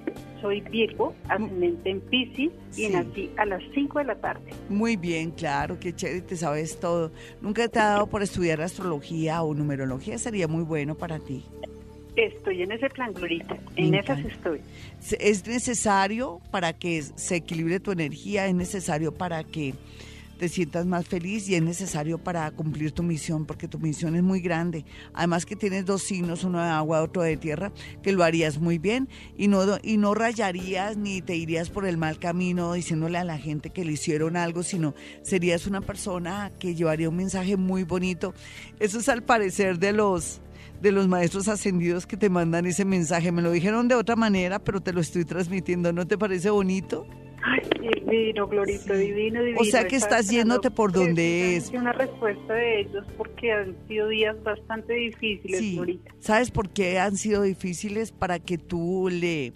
soy Virgo, ascendente en Piscis, Sí. y nací a las cinco de la tarde. Muy bien, claro, qué chévere, te sabes todo. ¿Nunca te ha dado por estudiar astrología o numerología? Sería muy bueno para ti. Estoy en ese plan, Glorita, Me en esas encanta. estoy. Se- Es necesario para que se equilibre tu energía, es necesario para que te sientas más feliz y es necesario para cumplir tu misión, porque tu misión es muy grande. Además que tienes dos signos, uno de agua, otro de tierra, que lo harías muy bien y no, y no rayarías ni te irías por el mal camino diciéndole a la gente que le hicieron algo, sino serías una persona que llevaría un mensaje muy bonito. Eso es al parecer de los de los maestros ascendidos que te mandan ese mensaje. Me lo dijeron de otra manera, pero te lo estoy transmitiendo. ¿No te parece bonito? Ay, divino, Glorito, Sí. divino, divino. O sea que Estaba estás yéndote esperando por donde es. precisamente una respuesta de ellos porque han sido días bastante difíciles, Sí. Glorita. ¿Sabes por qué han sido difíciles? Para que tú le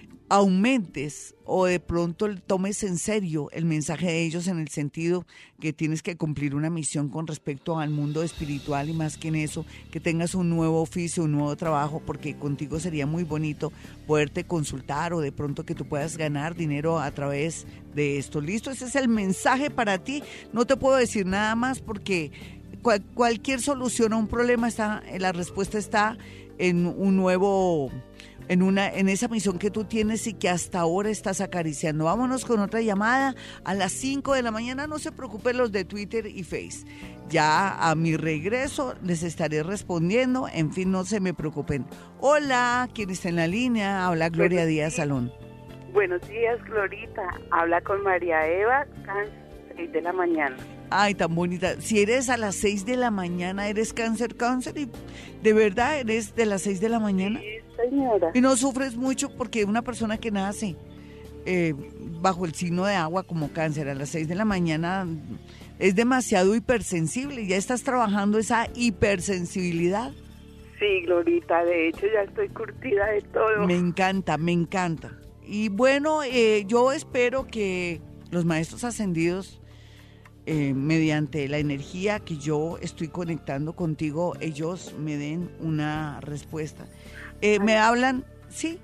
aumentes o de pronto tomes en serio el mensaje de ellos en el sentido que tienes que cumplir una misión con respecto al mundo espiritual y más que en eso, que tengas un nuevo oficio, un nuevo trabajo, porque contigo sería muy bonito poderte consultar o de pronto que tú puedas ganar dinero a través de esto. ¿Listo? Ese es el mensaje para ti. No te puedo decir nada más porque cual- cualquier solución a un problema está, la respuesta está en un nuevo, en una, en esa misión que tú tienes y que hasta ahora estás acariciando. Vámonos con otra llamada a las cinco de la mañana. No se preocupen los de Twitter y Face. Ya a mi regreso les estaré respondiendo. En fin, no se me preocupen. Hola, ¿quién está en la línea? Habla Gloria Buenos Díaz días. Salón. Buenos días, Glorita. Habla con María Eva, cáncer, seis de la mañana. Ay, tan bonita. Si eres a las seis de la mañana, eres cáncer, cáncer y de verdad eres de las seis de la mañana. Sí, señora. Y no sufres mucho porque una persona que nace eh, bajo el signo de agua como cáncer a las seis de la mañana es demasiado hipersensible. Ya estás trabajando esa hipersensibilidad. Sí, Glorita, de hecho ya estoy curtida de todo. Me encanta, me encanta. Y bueno, eh, yo espero que los maestros ascendidos, eh, mediante la energía que yo estoy conectando contigo, ellos me den una respuesta. Eh, ¿Me hablan? Sí.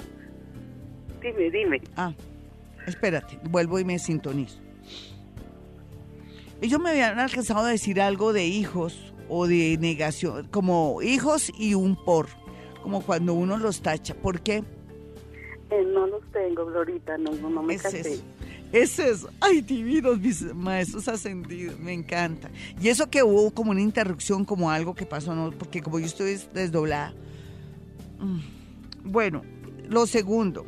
Dime, dime. Ah, espérate, vuelvo y me sintonizo. Ellos me habían alcanzado a decir algo de hijos o de negación, como hijos y un por, como cuando uno los tacha. ¿Por qué? Eh, no los tengo, Glorita, no, no, no me Es casé. eso. Es eso. Ay, divinos mis maestros ascendidos, me encanta. Y eso que hubo como una interrupción, como algo que pasó, ¿no? Porque como yo estoy desdoblada. Mm. Bueno, lo segundo,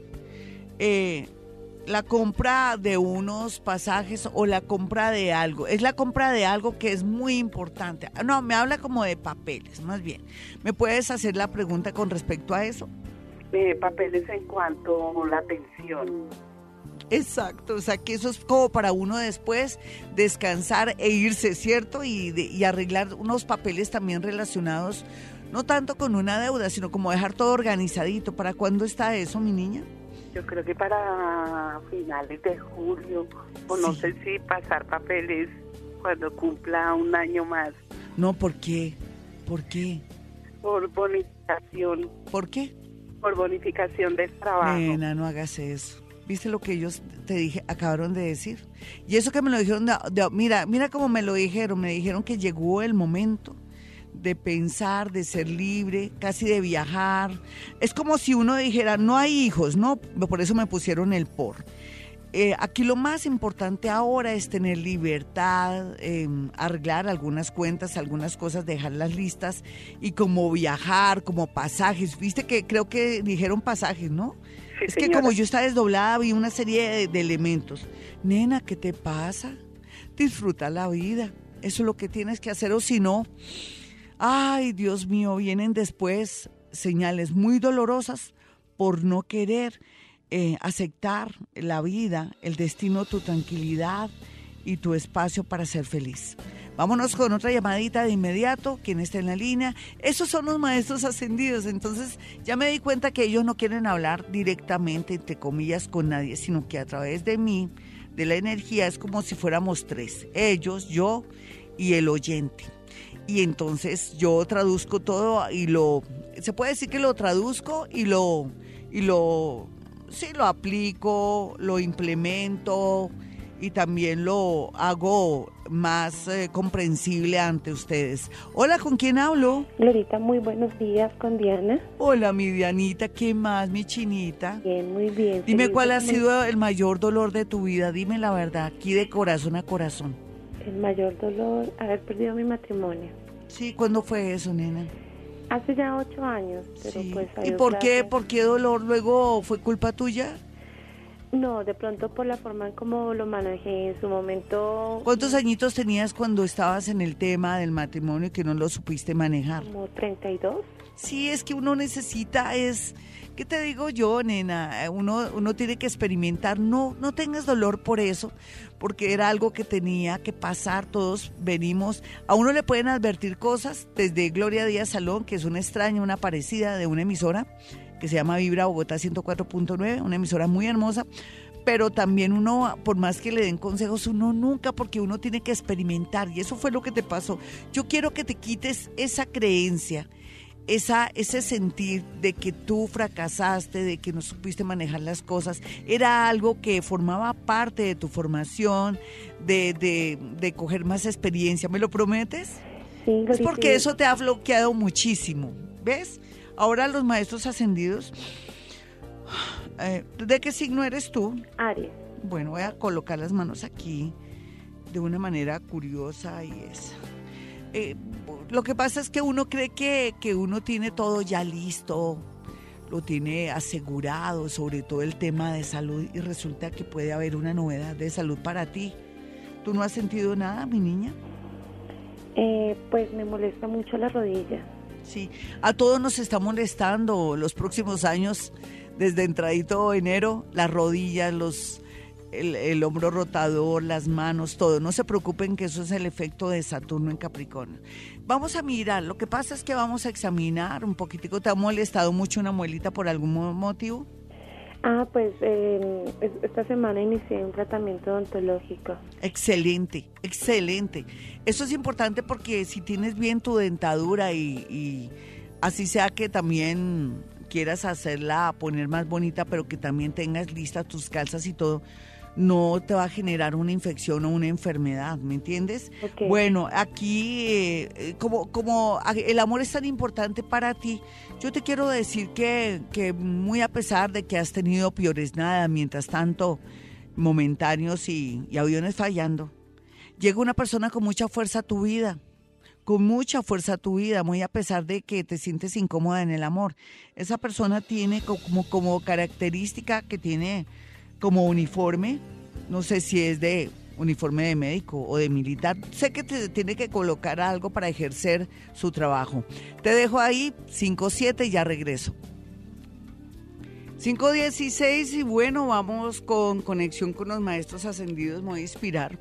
eh, la compra de unos pasajes o la compra de algo. Es la compra de algo que es muy importante. No, me habla como de papeles, más bien. ¿Me puedes hacer la pregunta con respecto a eso? Eh, papeles en cuanto a la pensión. Exacto, o sea que eso es como para uno después descansar e irse, ¿cierto? Y, de, y arreglar unos papeles también relacionados, no tanto con una deuda, sino como dejar todo organizadito. ¿Para cuándo está eso, mi niña? Yo creo que para finales de julio, o no Sí. sé si pasar papeles cuando cumpla un año más, No, ¿por qué? ¿Por qué? por bonificación, ¿Por qué? por bonificación del trabajo. Nena, no hagas eso. ¿Viste lo que ellos te dije, acabaron de decir? Y eso que me lo dijeron, de, de, mira, mira cómo me lo dijeron, me dijeron que llegó el momento de pensar, de ser libre, casi de viajar. Es como si uno dijera, no hay hijos, ¿no? Por eso me pusieron el por. Eh, aquí lo más importante ahora es tener libertad, eh, arreglar algunas cuentas, algunas cosas, dejarlas listas y como viajar, como pasajes. Viste que creo que dijeron pasajes, ¿no? Sí, Es que señora. como yo estaba desdoblada, vi una serie de, de elementos. Nena, ¿qué te pasa? Disfruta la vida. Eso es lo que tienes que hacer, o si no, ay, Dios mío, vienen después señales muy dolorosas por no querer eh, aceptar la vida, el destino, tu tranquilidad y tu espacio para ser feliz. Vámonos con otra llamadita de inmediato. ¿Quién está en la línea? Esos son los maestros ascendidos. Entonces ya me di cuenta que ellos no quieren hablar directamente, entre comillas, con nadie, sino que a través de mí, de la energía, es como si fuéramos tres. Ellos, yo y el oyente. Y entonces yo traduzco todo y lo... Se puede decir que lo traduzco y lo... Y lo sí lo aplico, lo implemento y también lo hago más eh, comprensible ante ustedes. Hola, ¿con quién hablo? Glorita, muy buenos días, con Diana. Hola, mi Dianita, ¿qué más, mi chinita? Bien, muy bien. Dime Feliz cuál ha de- sido el mayor dolor de tu vida, dime la verdad, aquí de corazón a corazón. El mayor dolor, haber perdido mi matrimonio. Sí, ¿cuándo fue eso, nena? Hace ya ocho años, pero Sí. pues... a ¿Y Dios por qué, gracias. por qué dolor luego fue culpa tuya? No, de pronto por la forma en cómo lo manejé en su momento. ¿Cuántos añitos tenías cuando estabas en el tema del matrimonio y que no lo supiste manejar? Como treinta y dos. Sí, es que uno necesita es, ¿qué te digo yo, nena? Uno, uno tiene que experimentar, no, no tengas dolor por eso, porque era algo que tenía que pasar, todos venimos, a uno le pueden advertir cosas, desde Gloria Díaz Salón, que es una extraña, una parecida de una emisora, que se llama Vibra Bogotá ciento cuatro punto nueve, una emisora muy hermosa, pero también uno, por más que le den consejos, uno nunca, porque uno tiene que experimentar, y eso fue lo que te pasó. Yo quiero que te quites esa creencia, esa, ese sentir de que tú fracasaste, de que no supiste manejar las cosas, era algo que formaba parte de tu formación, de, de, de coger más experiencia. ¿Me lo prometes? Sí, Es Glorita, porque eso te ha bloqueado muchísimo, ¿ves? Ahora los maestros ascendidos, eh, ¿de qué signo eres tú? Aries. Bueno, voy a colocar las manos aquí de una manera curiosa y es... Eh, lo que pasa es que uno cree que, que uno tiene todo ya listo, lo tiene asegurado, sobre todo el tema de salud, y resulta que puede haber una novedad de salud para ti. ¿Tú no has sentido nada, mi niña? Eh, pues me molesta mucho la rodilla. Sí, a todos nos está molestando los próximos años, desde entradito enero, las rodillas, los, el, el hombro rotador, las manos, todo. No se preocupen que eso es el efecto de Saturno en Capricornio. Vamos a mirar, lo que pasa es que vamos a examinar un poquitico. ¿Te ha molestado mucho una muelita por algún mo- motivo? Ah, pues eh, es- esta semana inicié un tratamiento odontológico. Excelente, excelente. Eso es importante porque si tienes bien tu dentadura y, y así sea que también quieras hacerla poner más bonita, pero que también tengas listas tus calzas y todo, no te va a generar una infección o una enfermedad, ¿me entiendes? Ok. Bueno, aquí eh, como, como el amor es tan importante para ti, yo te quiero decir que, que muy a pesar de que has tenido peores nada, mientras tanto momentáneos y, y aviones fallando, llega una persona con mucha fuerza a tu vida, con mucha fuerza a tu vida, muy a pesar de que te sientes incómoda en el amor. Esa persona tiene como, como característica que tiene como uniforme, no sé si es de uniforme de médico o de militar, sé que te tiene que colocar algo para ejercer su trabajo. Te dejo ahí, cinco siete y ya regreso. cinco dieciséis y bueno, vamos con conexión con los maestros ascendidos, me voy a inspirar.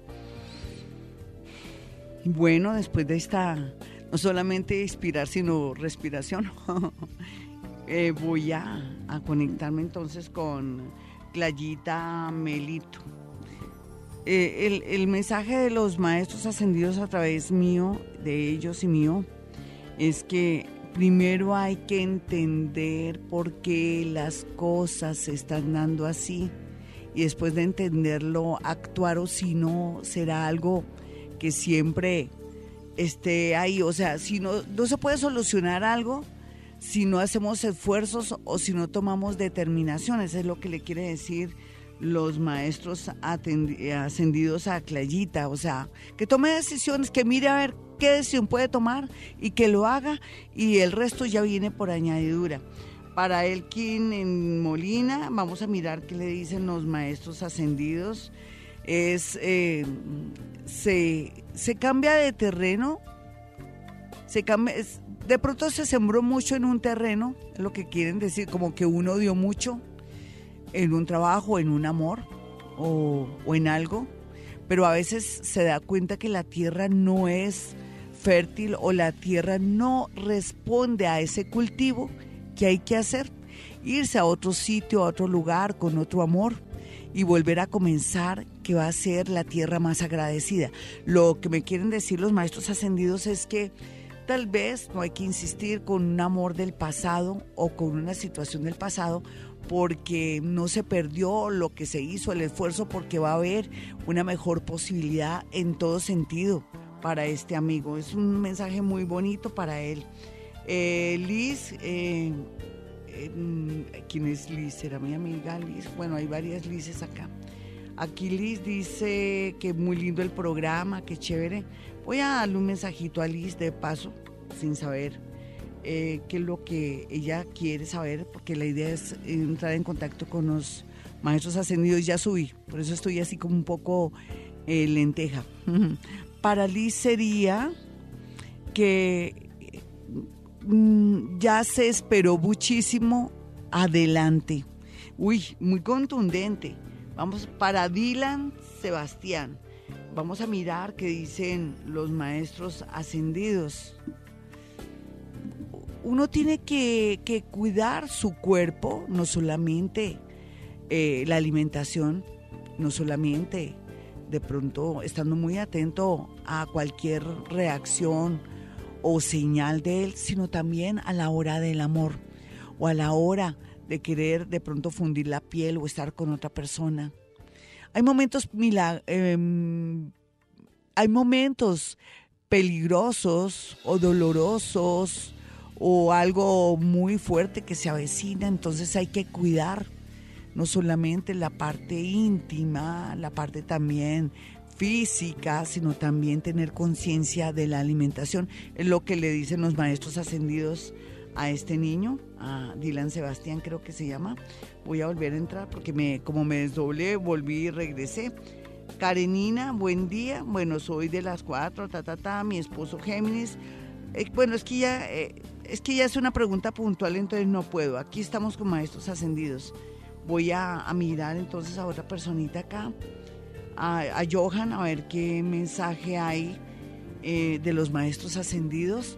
Bueno, después de esta, no solamente inspirar, sino respiración, eh, voy a, a conectarme entonces con Clayita Melito. Eh, el, el mensaje de los maestros ascendidos a través mío, de ellos y mío, es que primero hay que entender por qué las cosas se están dando así y después de entenderlo, actuar, o si no, será algo que siempre esté ahí. O sea, si no, no se puede solucionar algo si no hacemos esfuerzos o si no tomamos determinaciones. Es lo que le quiere decir los maestros atendi- ascendidos a Clayita. O sea, que tome decisiones, que mire a ver qué decisión puede tomar y que lo haga, y el resto ya viene por añadidura. Para Elkin en Molina, vamos a mirar qué le dicen los maestros ascendidos. Es eh, se, se cambia de terreno, se cambia, es, de pronto se sembró mucho en un terreno, es lo que quieren decir, como que uno dio mucho en un trabajo, en un amor o, o en algo, pero a veces se da cuenta que la tierra no es fértil o la tierra no responde a ese cultivo que hay que hacer, irse a otro sitio, a otro lugar con otro amor y volver a comenzar, que va a ser la tierra más agradecida. Lo que me quieren decir los maestros ascendidos es que tal vez no hay que insistir con un amor del pasado o con una situación del pasado, porque no se perdió lo que se hizo, el esfuerzo, porque va a haber una mejor posibilidad en todo sentido para este amigo. Es un mensaje muy bonito para él. Eh, Liz, eh, eh, ¿quién es Liz? ¿Será mi amiga Liz? Bueno, hay varias Lizes acá. Aquí Liz dice que muy lindo el programa, que chévere. Voy a darle un mensajito a Liz de paso, sin saber eh, qué es lo que ella quiere saber, porque la idea es entrar en contacto con los maestros ascendidos. Ya subí, por eso estoy así como un poco eh, lenteja. Para Liz sería que mm, ya se esperó muchísimo, adelante. Uy, muy contundente. Vamos para Dylan Sebastián. Vamos a mirar qué dicen los maestros ascendidos. Uno tiene que, que cuidar su cuerpo, no solamente eh, la alimentación, no solamente de pronto estando muy atento a cualquier reacción o señal de él, sino también a la hora del amor o a la hora de querer de pronto fundir la piel o estar con otra persona. Hay momentos milag- eh, hay momentos peligrosos o dolorosos o algo muy fuerte que se avecina, entonces hay que cuidar no solamente la parte íntima, la parte también física, sino también tener conciencia de la alimentación. Es lo que le dicen los maestros ascendidos a este niño, a Dylan Sebastián creo que se llama. Voy a volver a entrar porque me, como me desdoblé, volví y regresé. Karenina, buen día. Bueno, soy de las cuatro, ta, ta, ta, mi esposo Géminis. Eh, bueno, es que ya, eh, es que ya es una pregunta puntual, entonces no puedo. Aquí estamos con maestros ascendidos. Voy a, a mirar entonces a otra personita acá, a, a Johan, a ver qué mensaje hay eh, de los maestros ascendidos.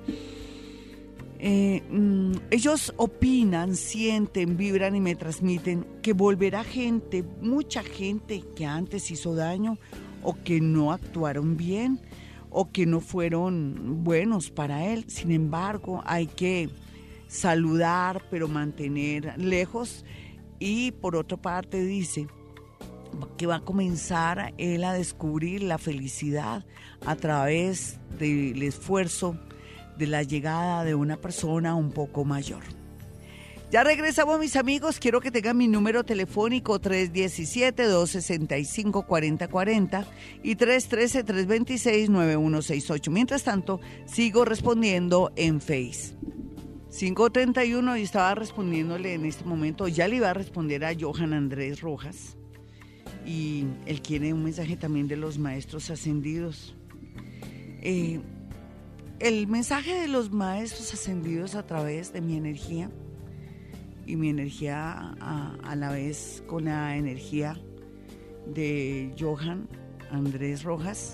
Eh, mm, ellos opinan, sienten, vibran y me transmiten que volverá gente, mucha gente que antes hizo daño o que no actuaron bien o que no fueron buenos para él. Sin embargo, hay que saludar, pero mantener lejos. Y por otra parte dice que va a comenzar él a descubrir la felicidad a través del esfuerzo de la llegada de una persona un poco mayor. Ya regresamos, mis amigos. Quiero que tengan mi número telefónico tres uno siete, dos seis cinco, cuatro cero cuatro cero y tres uno tres, tres dos seis, nueve uno seis ocho. Mientras tanto, sigo respondiendo en Face. cinco treinta y uno y estaba respondiéndole en este momento, ya le iba a responder a Johan Andrés Rojas. Y él quiere un mensaje también de los maestros ascendidos. Eh, el mensaje de los maestros ascendidos a través de mi energía y mi energía a, a la vez con la energía de Johan Andrés Rojas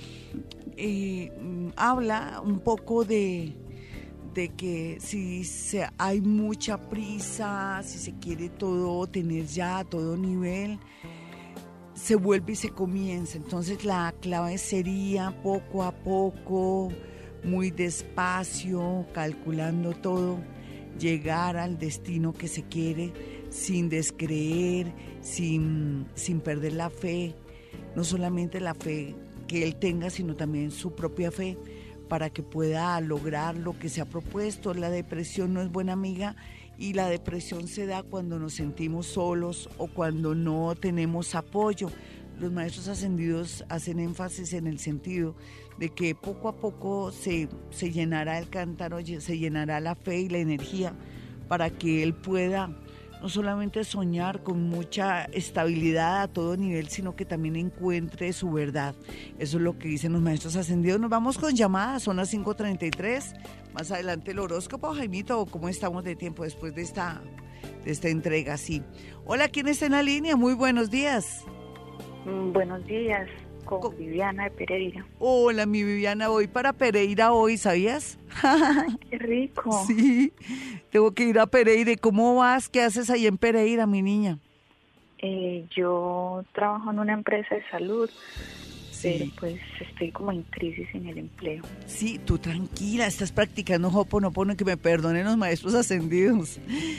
eh, habla un poco de, de que si se, hay mucha prisa, si se quiere todo tener ya a todo nivel, se vuelve y se comienza. Entonces la clave sería poco a poco, muy despacio, calculando todo, llegar al destino que se quiere sin descreer, sin, sin perder la fe, no solamente la fe que él tenga, sino también su propia fe, para que pueda lograr lo que se ha propuesto. La depresión no es buena amiga y la depresión se da cuando nos sentimos solos o cuando no tenemos apoyo. Los maestros ascendidos hacen énfasis en el sentido de que poco a poco se, se llenará el cántaro, se llenará la fe y la energía para que él pueda no solamente soñar con mucha estabilidad a todo nivel, sino que también encuentre su verdad. Eso es lo que dicen los maestros ascendidos. Nos vamos con llamadas, son las cinco treinta y tres. Más adelante el horóscopo. Jaimito, ¿cómo estamos de tiempo después de esta, de esta entrega? Sí. Hola, ¿quién está en la línea? Muy buenos días. Mm, buenos días, con ¿Cómo? Viviana de Pereira. Hola, mi Viviana, voy para Pereira hoy, ¿sabías? Ay, qué rico. Sí, tengo que ir a Pereira. ¿Cómo vas? ¿Qué haces ahí en Pereira, mi niña? Eh, yo trabajo en una empresa de salud, sí, pero pues estoy como en crisis en el empleo. Sí, tú tranquila, estás practicando Ho'oponopono, que me perdonen los maestros ascendidos.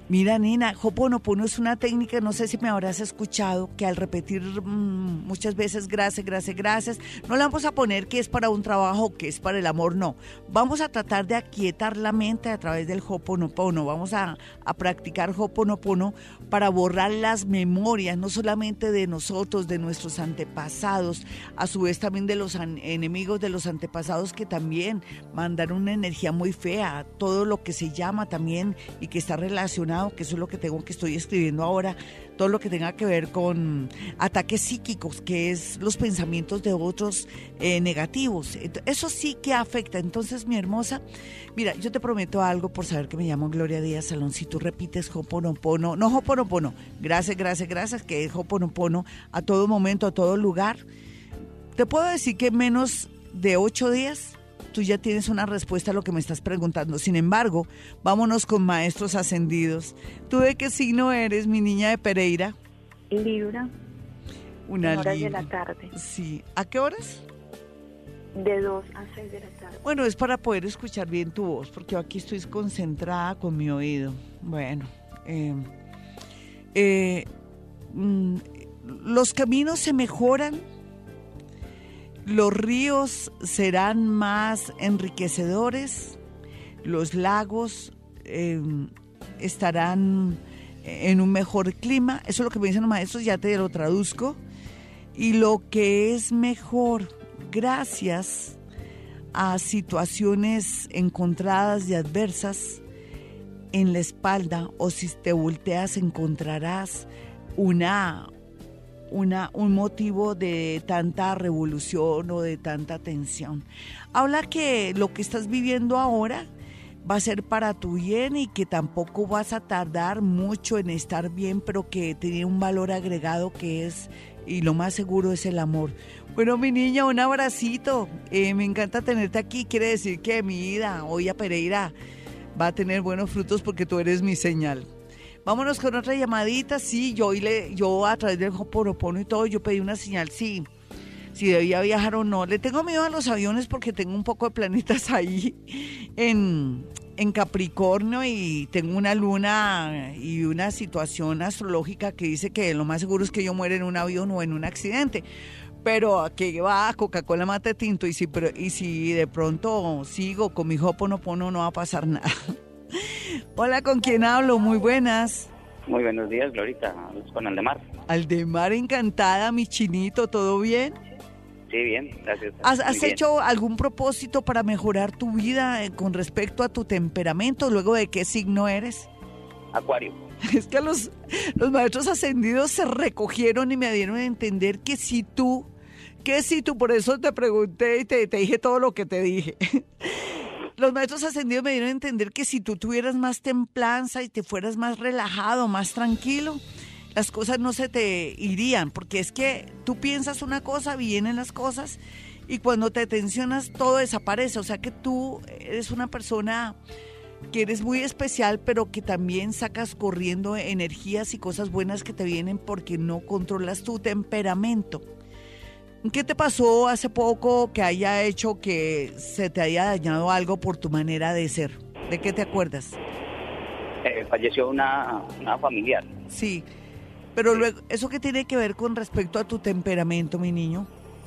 Mira, nena, Ho'oponopono es una técnica, no sé si me habrás escuchado, que al repetir mmm, muchas veces gracias, gracias, gracias, no le vamos a poner que es para un trabajo, que es para el amor, no. Vamos a tratar de aquietar la mente a través del Ho'oponopono. Vamos a, a practicar Ho'oponopono para borrar las memorias, no solamente de nosotros, de nuestros antepasados, a su vez también de los an- enemigos de los antepasados que también mandaron una energía muy fea, todo lo que se llama también y que está relacionado, que eso es lo que tengo que estoy escribiendo ahora, todo lo que tenga que ver con ataques psíquicos, que es los pensamientos de otros eh, negativos. Eso sí que afecta. Entonces, mi hermosa, mira, yo te prometo algo por saber que me llamo Gloria Díaz Salón. Si tú repites Ho'oponopono, no Ho'oponopono, gracias, gracias, gracias, que es Ho'oponopono a todo momento, a todo lugar, te puedo decir que en menos de ocho días tú ya tienes una respuesta a lo que me estás preguntando. Sin embargo, vámonos con maestros ascendidos. ¿Tú de qué signo eres, mi niña de Pereira? Libra. Una en horas Libra. de la tarde. Sí. ¿A qué horas? De dos a seis de la tarde. Bueno, es para poder escuchar bien tu voz, porque yo aquí estoy concentrada con mi oído. Bueno, eh, eh, mm, los caminos se mejoran. Los ríos serán más enriquecedores, los lagos eh, estarán en un mejor clima, eso es lo que me dicen los maestros, ya te lo traduzco, y lo que es mejor, gracias a situaciones encontradas y adversas en la espalda, o si te volteas encontrarás una... Una, un motivo de tanta revolución o de tanta tensión. Habla que lo que estás viviendo ahora va a ser para tu bien y que tampoco vas a tardar mucho en estar bien, pero que tiene un valor agregado que es, y lo más seguro es el amor. Bueno, mi niña, un abracito. Eh, me encanta tenerte aquí. Quiere decir que mi ida hoy a Pereira va a tener buenos frutos porque tú eres mi señal. Vámonos con otra llamadita. Sí, yo, hoy le, yo a través del Ho'oponopono y todo, yo pedí una señal, sí, si debía viajar o no. Le tengo miedo a los aviones porque tengo un poco de planetas ahí en, en Capricornio y tengo una luna y una situación astrológica que dice que lo más seguro es que yo muera en un avión o en un accidente. Pero que va, Coca-Cola mate tinto, y si, pero, y si de pronto sigo con mi Ho'oponopono no va a pasar nada. Hola, ¿con quién hablo? Muy buenas. Muy buenos días, Glorita. Hablas con Aldemar. Aldemar, encantada, mi chinito, ¿todo bien? Sí, bien, gracias. ¿Has, has bien. hecho algún propósito para mejorar tu vida eh, con respecto a tu temperamento? ¿Luego de qué signo eres? Acuario. Es que los, los maestros ascendidos se recogieron y me dieron a entender que si tú, que si tú, por eso te pregunté y te, te dije todo lo que te dije. Los maestros ascendidos me dieron a entender que si tú tuvieras más templanza y te fueras más relajado, más tranquilo, las cosas no se te irían, porque es que tú piensas una cosa, vienen las cosas, y cuando te tensionas todo desaparece. O sea que tú eres una persona que eres muy especial, pero que también sacas corriendo energías y cosas buenas que te vienen porque no controlas tu temperamento. ¿Qué te pasó hace poco que haya hecho que se te haya dañado algo por tu manera de ser? ¿De qué te acuerdas? Eh, falleció una, una familiar. Sí, pero luego, ¿eso qué tiene que ver con respecto a tu temperamento, mi niño?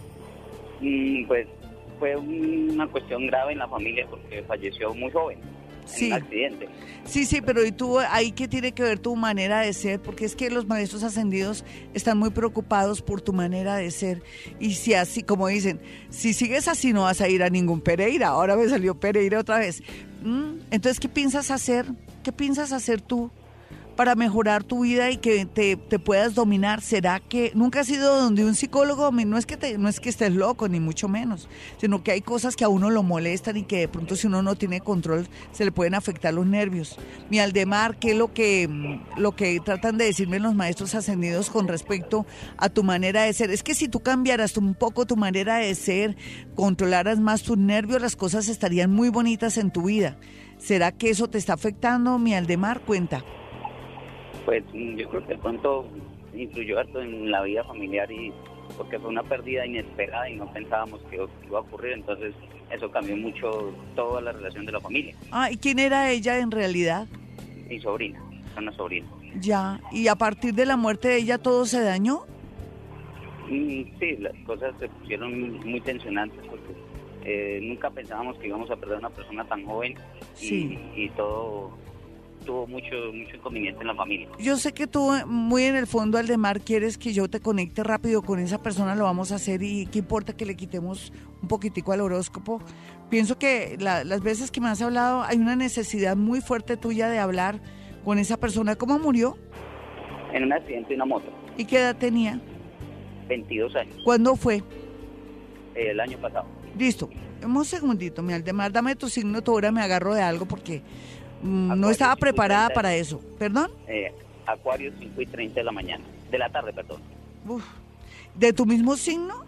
Mm, pues fue una cuestión grave en la familia porque falleció muy joven. Sí. En un accidente. Sí, sí, pero ¿y tú ahí qué tiene que ver tu manera de ser? Porque es que los maestros ascendidos están muy preocupados por tu manera de ser. Y si así, como dicen, si sigues así no vas a ir a ningún Pereira. Ahora me salió Pereira otra vez. ¿Mm? Entonces, ¿qué piensas hacer? ¿Qué piensas hacer tú para mejorar tu vida y que te, te puedas dominar? ¿Será que nunca has ido donde un psicólogo? No es que te, no es que estés loco, ni mucho menos, sino que hay cosas que a uno lo molestan y que de pronto si uno no tiene control se le pueden afectar los nervios. Mi Aldemar, ¿qué es lo que, lo que tratan de decirme los maestros ascendidos con respecto a tu manera de ser? Es que si tú cambiaras un poco tu manera de ser, controlaras más tus nervios, las cosas estarían muy bonitas en tu vida. ¿Será que eso te está afectando, mi Aldemar? Cuenta. Pues yo creo que de pronto influyó harto en la vida familiar, y porque fue una pérdida inesperada y no pensábamos que iba a ocurrir, entonces eso cambió mucho toda la relación de la familia. Ah, ¿y quién era ella en realidad? Mi sobrina. una sobrina. Ya, ¿y a partir de la muerte de ella todo se dañó? Mm, sí, las cosas se pusieron muy tensionantes porque eh, nunca pensábamos que íbamos a perder a una persona tan joven y, Sí. y todo tuvo mucho mucho inconveniente en la familia. Yo sé que tú muy en el fondo, Aldemar, quieres que yo te conecte rápido con esa persona, lo vamos a hacer y qué importa que le quitemos un poquitico al horóscopo. Pienso que la, las veces que me has hablado hay una necesidad muy fuerte tuya de hablar con esa persona. ¿Cómo murió? En un accidente de una moto, ¿Y qué edad tenía? veintidós años, ¿Cuándo fue? eh, el año pasado. Listo. Un segundito, mi Aldemar, dame tu signo, tu hora, me agarro de algo porque mm, no Acuario, estaba cinco y preparada treinta. para eso. ¿Perdón? Eh, Acuario, cinco y treinta de la mañana, de la tarde, perdón. Uf. ¿De tu mismo signo?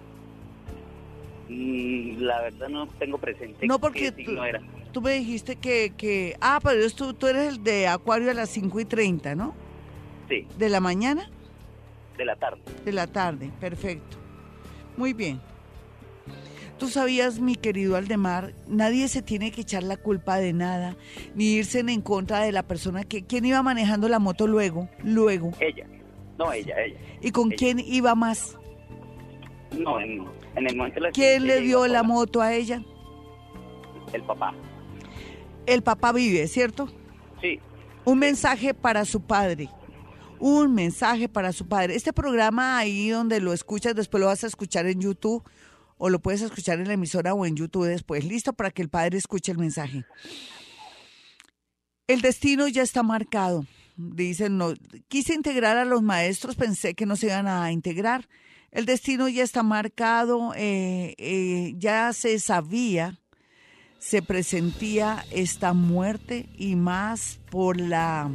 Mm, la verdad no tengo presente No, porque qué tú, signo era. tú me dijiste que, que... Ah, pero es tú, tú eres el de Acuario a las cinco y treinta, ¿no? Sí, ¿De la mañana? de la tarde. De la tarde, perfecto. Muy bien. Tú sabías, mi querido Aldemar, nadie se tiene que echar la culpa de nada, ni irse en contra de la persona que... ¿Quién iba manejando la moto luego? Luego. Ella, no ella, ella. ¿Y con ella. quién iba más? No, en, en el momento del ¿Quién accidente le ella dio iba la sola. moto a ella? El papá. El papá vive, ¿cierto? Sí, Un mensaje para su padre. Un mensaje para su padre. Este programa ahí donde lo escuchas, después lo vas a escuchar en YouTube o lo puedes escuchar en la emisora o en YouTube después. Listo para que el padre escuche el mensaje. El destino ya está marcado. Dicen, no, quise integrar a los maestros, pensé que no se iban a integrar. El destino ya está marcado, eh, eh, ya se sabía, se presentía esta muerte y más por la...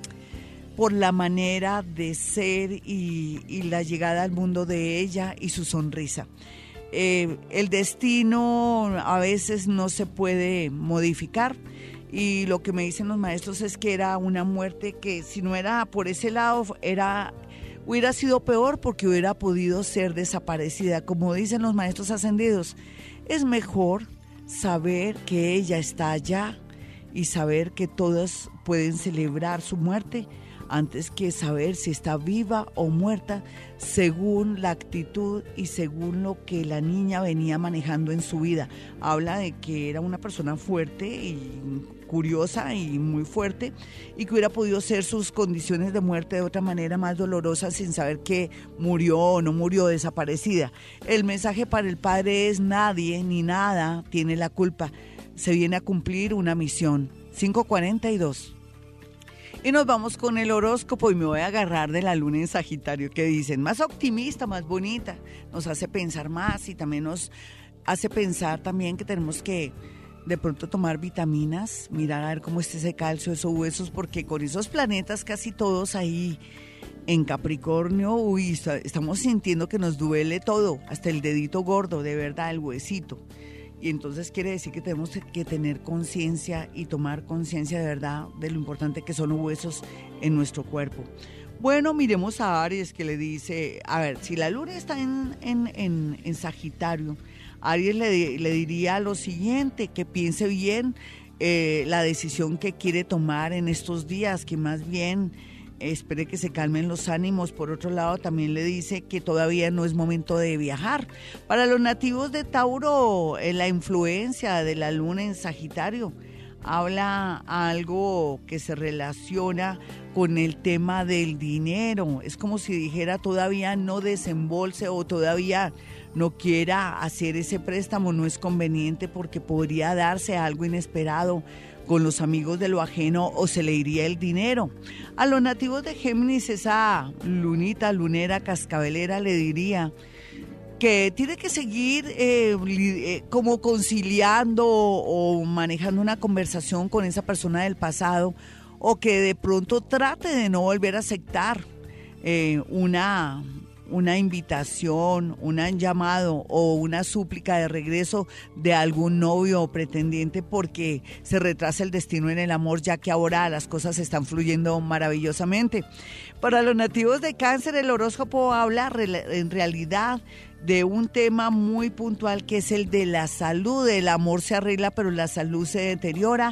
por la manera de ser y, y la llegada al mundo de ella y su sonrisa. Eh, el destino a veces no se puede modificar y lo que me dicen los maestros es que era una muerte que si no era por ese lado, era, hubiera sido peor porque hubiera podido ser desaparecida. Como dicen los maestros ascendidos, es mejor saber que ella está allá y saber que todos pueden celebrar su muerte antes que saber si está viva o muerta, según la actitud y según lo que la niña venía manejando en su vida. Habla de que era una persona fuerte y curiosa y muy fuerte y que hubiera podido ser sus condiciones de muerte de otra manera más dolorosa sin saber que murió o no murió, desaparecida. El mensaje para el padre es: nadie ni nada tiene la culpa. Se viene a cumplir una misión. cinco cuarenta y dos. Y nos vamos con el horóscopo y me voy a agarrar de la luna en Sagitario, que dicen, más optimista, más bonita, nos hace pensar más y también nos hace pensar también que tenemos que de pronto tomar vitaminas, mirar a ver cómo está ese calcio, esos huesos, porque con esos planetas casi todos ahí en Capricornio, uy, estamos sintiendo que nos duele todo, hasta el dedito gordo, de verdad, el huesito. Y entonces quiere decir que tenemos que tener conciencia y tomar conciencia de verdad de lo importante que son los huesos en nuestro cuerpo. Bueno, miremos a Aries, que le dice, a ver, si la luna está en, en, en, en Sagitario, Aries le, le diría lo siguiente, que piense bien eh, la decisión que quiere tomar en estos días, que más bien espere que se calmen los ánimos. Por otro lado, también le dice que todavía no es momento de viajar. Para los nativos de Tauro, eh, la influencia de la luna en Sagitario habla algo que se relaciona con el tema del dinero. Es como si dijera todavía no desembolse o todavía no quiera hacer ese préstamo, no es conveniente porque podría darse algo inesperado con los amigos de lo ajeno o se le iría el dinero. A los nativos de Géminis, esa lunita, lunera, cascabelera, le diría que tiene que seguir eh, eh, como conciliando o, o manejando una conversación con esa persona del pasado, o que de pronto trate de no volver a aceptar eh, una... una invitación, un llamado o una súplica de regreso de algún novio o pretendiente, porque se retrasa el destino en el amor, ya que ahora las cosas están fluyendo maravillosamente. Para los nativos de Cáncer, el horóscopo habla en realidad de un tema muy puntual, que es el de la salud. El amor se arregla, pero la salud se deteriora.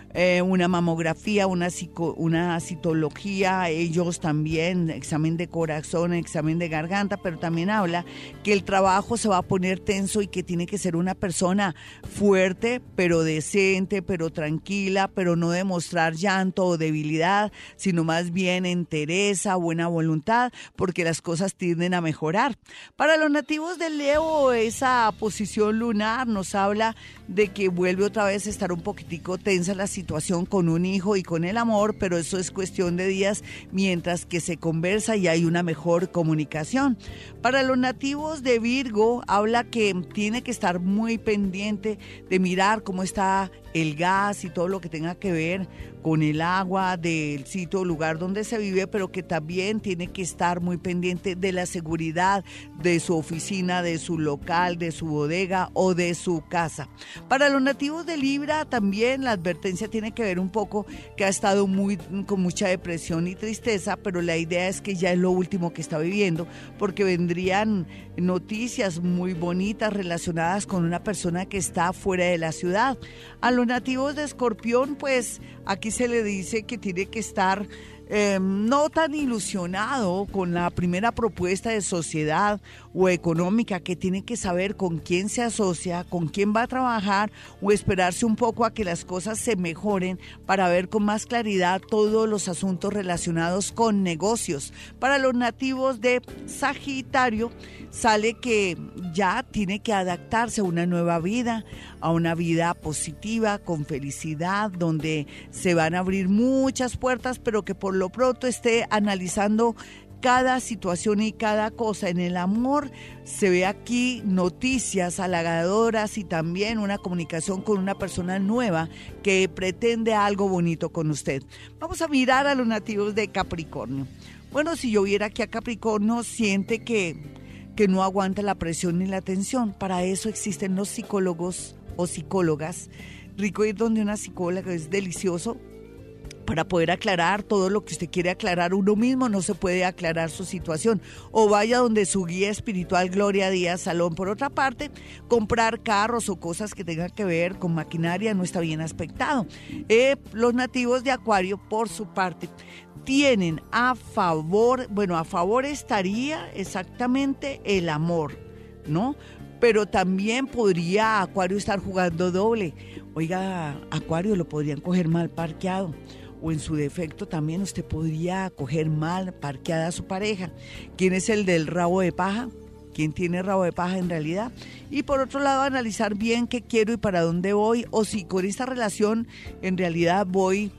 eh, una mamografía, una, psico, una citología, ellos también, examen de corazón, examen de garganta, pero también habla que el trabajo se va a poner tenso y que tiene que ser una persona fuerte, pero decente, pero tranquila, pero no demostrar llanto o debilidad, sino más bien entereza, buena voluntad, porque las cosas tienden a mejorar. Para los nativos de Leo, esa posición lunar nos habla de que vuelve otra vez a estar un poquitico tensa la situación con un hijo y con el amor, pero eso es cuestión de días mientras que se conversa y hay una mejor comunicación. Para los nativos de Virgo, habla que tiene que estar muy pendiente de mirar cómo está el gas y todo lo que tenga que ver con el agua del sitio o lugar donde se vive, pero que también tiene que estar muy pendiente de la seguridad de su oficina, de su local, de su bodega o de su casa. Para los nativos de Libra también la advertencia tiene que ver un poco que ha estado muy con mucha depresión y tristeza, pero la idea es que ya es lo último que está viviendo, porque vendrían noticias muy bonitas relacionadas con una persona que está fuera de la ciudad. A los nativos de Escorpión, pues aquí se le dice que tiene que estar eh, no tan ilusionado con la primera propuesta de sociedad o económica, que tiene que saber con quién se asocia, con quién va a trabajar, o esperarse un poco a que las cosas se mejoren para ver con más claridad todos los asuntos relacionados con negocios. Para los nativos de Sagitario, sale que ya tiene que adaptarse a una nueva vida, a una vida positiva, con felicidad, donde se van a abrir muchas puertas, pero que por lo pronto esté analizando cada situación y cada cosa. En el amor se ve aquí noticias halagadoras y también una comunicación con una persona nueva que pretende algo bonito con usted. Vamos a mirar a los nativos de Capricornio. Bueno, si yo viera aquí a Capricornio, siente que, que no aguanta la presión ni la tensión. Para eso existen los psicólogos o psicólogas. Rico ir donde una psicóloga, es delicioso, para poder aclarar todo lo que usted quiere aclarar. Uno mismo no se puede aclarar su situación. O vaya donde su guía espiritual Gloria Díaz Salón. Por otra parte, comprar carros o cosas que tengan que ver con maquinaria no está bien aspectado. Eh, los nativos de Acuario, por su parte, tienen a favor, bueno, a favor estaría exactamente el amor, ¿no? Pero también podría Acuario estar jugando doble. Oiga, Acuario, lo podrían coger mal parqueado. O en su defecto también usted podría coger mal parqueada a su pareja. ¿Quién es el del rabo de paja? ¿Quién tiene rabo de paja en realidad? Y por otro lado, analizar bien qué quiero y para dónde voy, o si con esta relación en realidad voy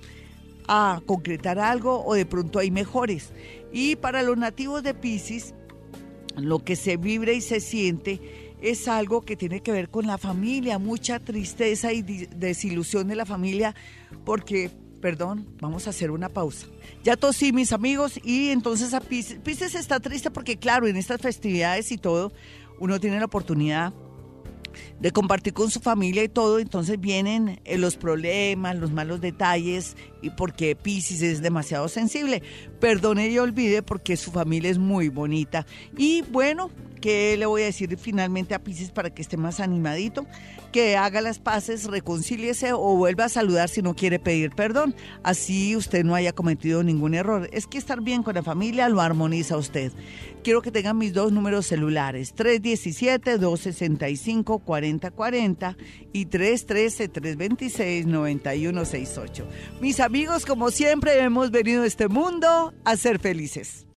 a concretar algo o de pronto hay mejores. Y para los nativos de Piscis, lo que se vibra y se siente es algo que tiene que ver con la familia, mucha tristeza y desilusión de la familia, porque, perdón, vamos a hacer una pausa. Ya tosí, mis amigos, y entonces a Piscis, Piscis está triste porque, claro, en estas festividades y todo, uno tiene la oportunidad de compartir con su familia y todo, entonces vienen eh, los problemas, los malos detalles, y porque Piscis es demasiado sensible. Perdone y olvide porque su familia es muy bonita. Y bueno, ¿qué le voy a decir finalmente a Piscis para que esté más animadito? Que haga las paces, reconcíliese o vuelva a saludar si no quiere pedir perdón. Así usted no haya cometido ningún error. Es que estar bien con la familia lo armoniza usted. Quiero que tengan mis dos números celulares, tres uno siete, dos seis cinco, cuatro cero cuatro cero y tres uno tres, tres dos seis, nueve uno seis ocho. Mis amigos, como siempre, hemos venido a este mundo a ser felices.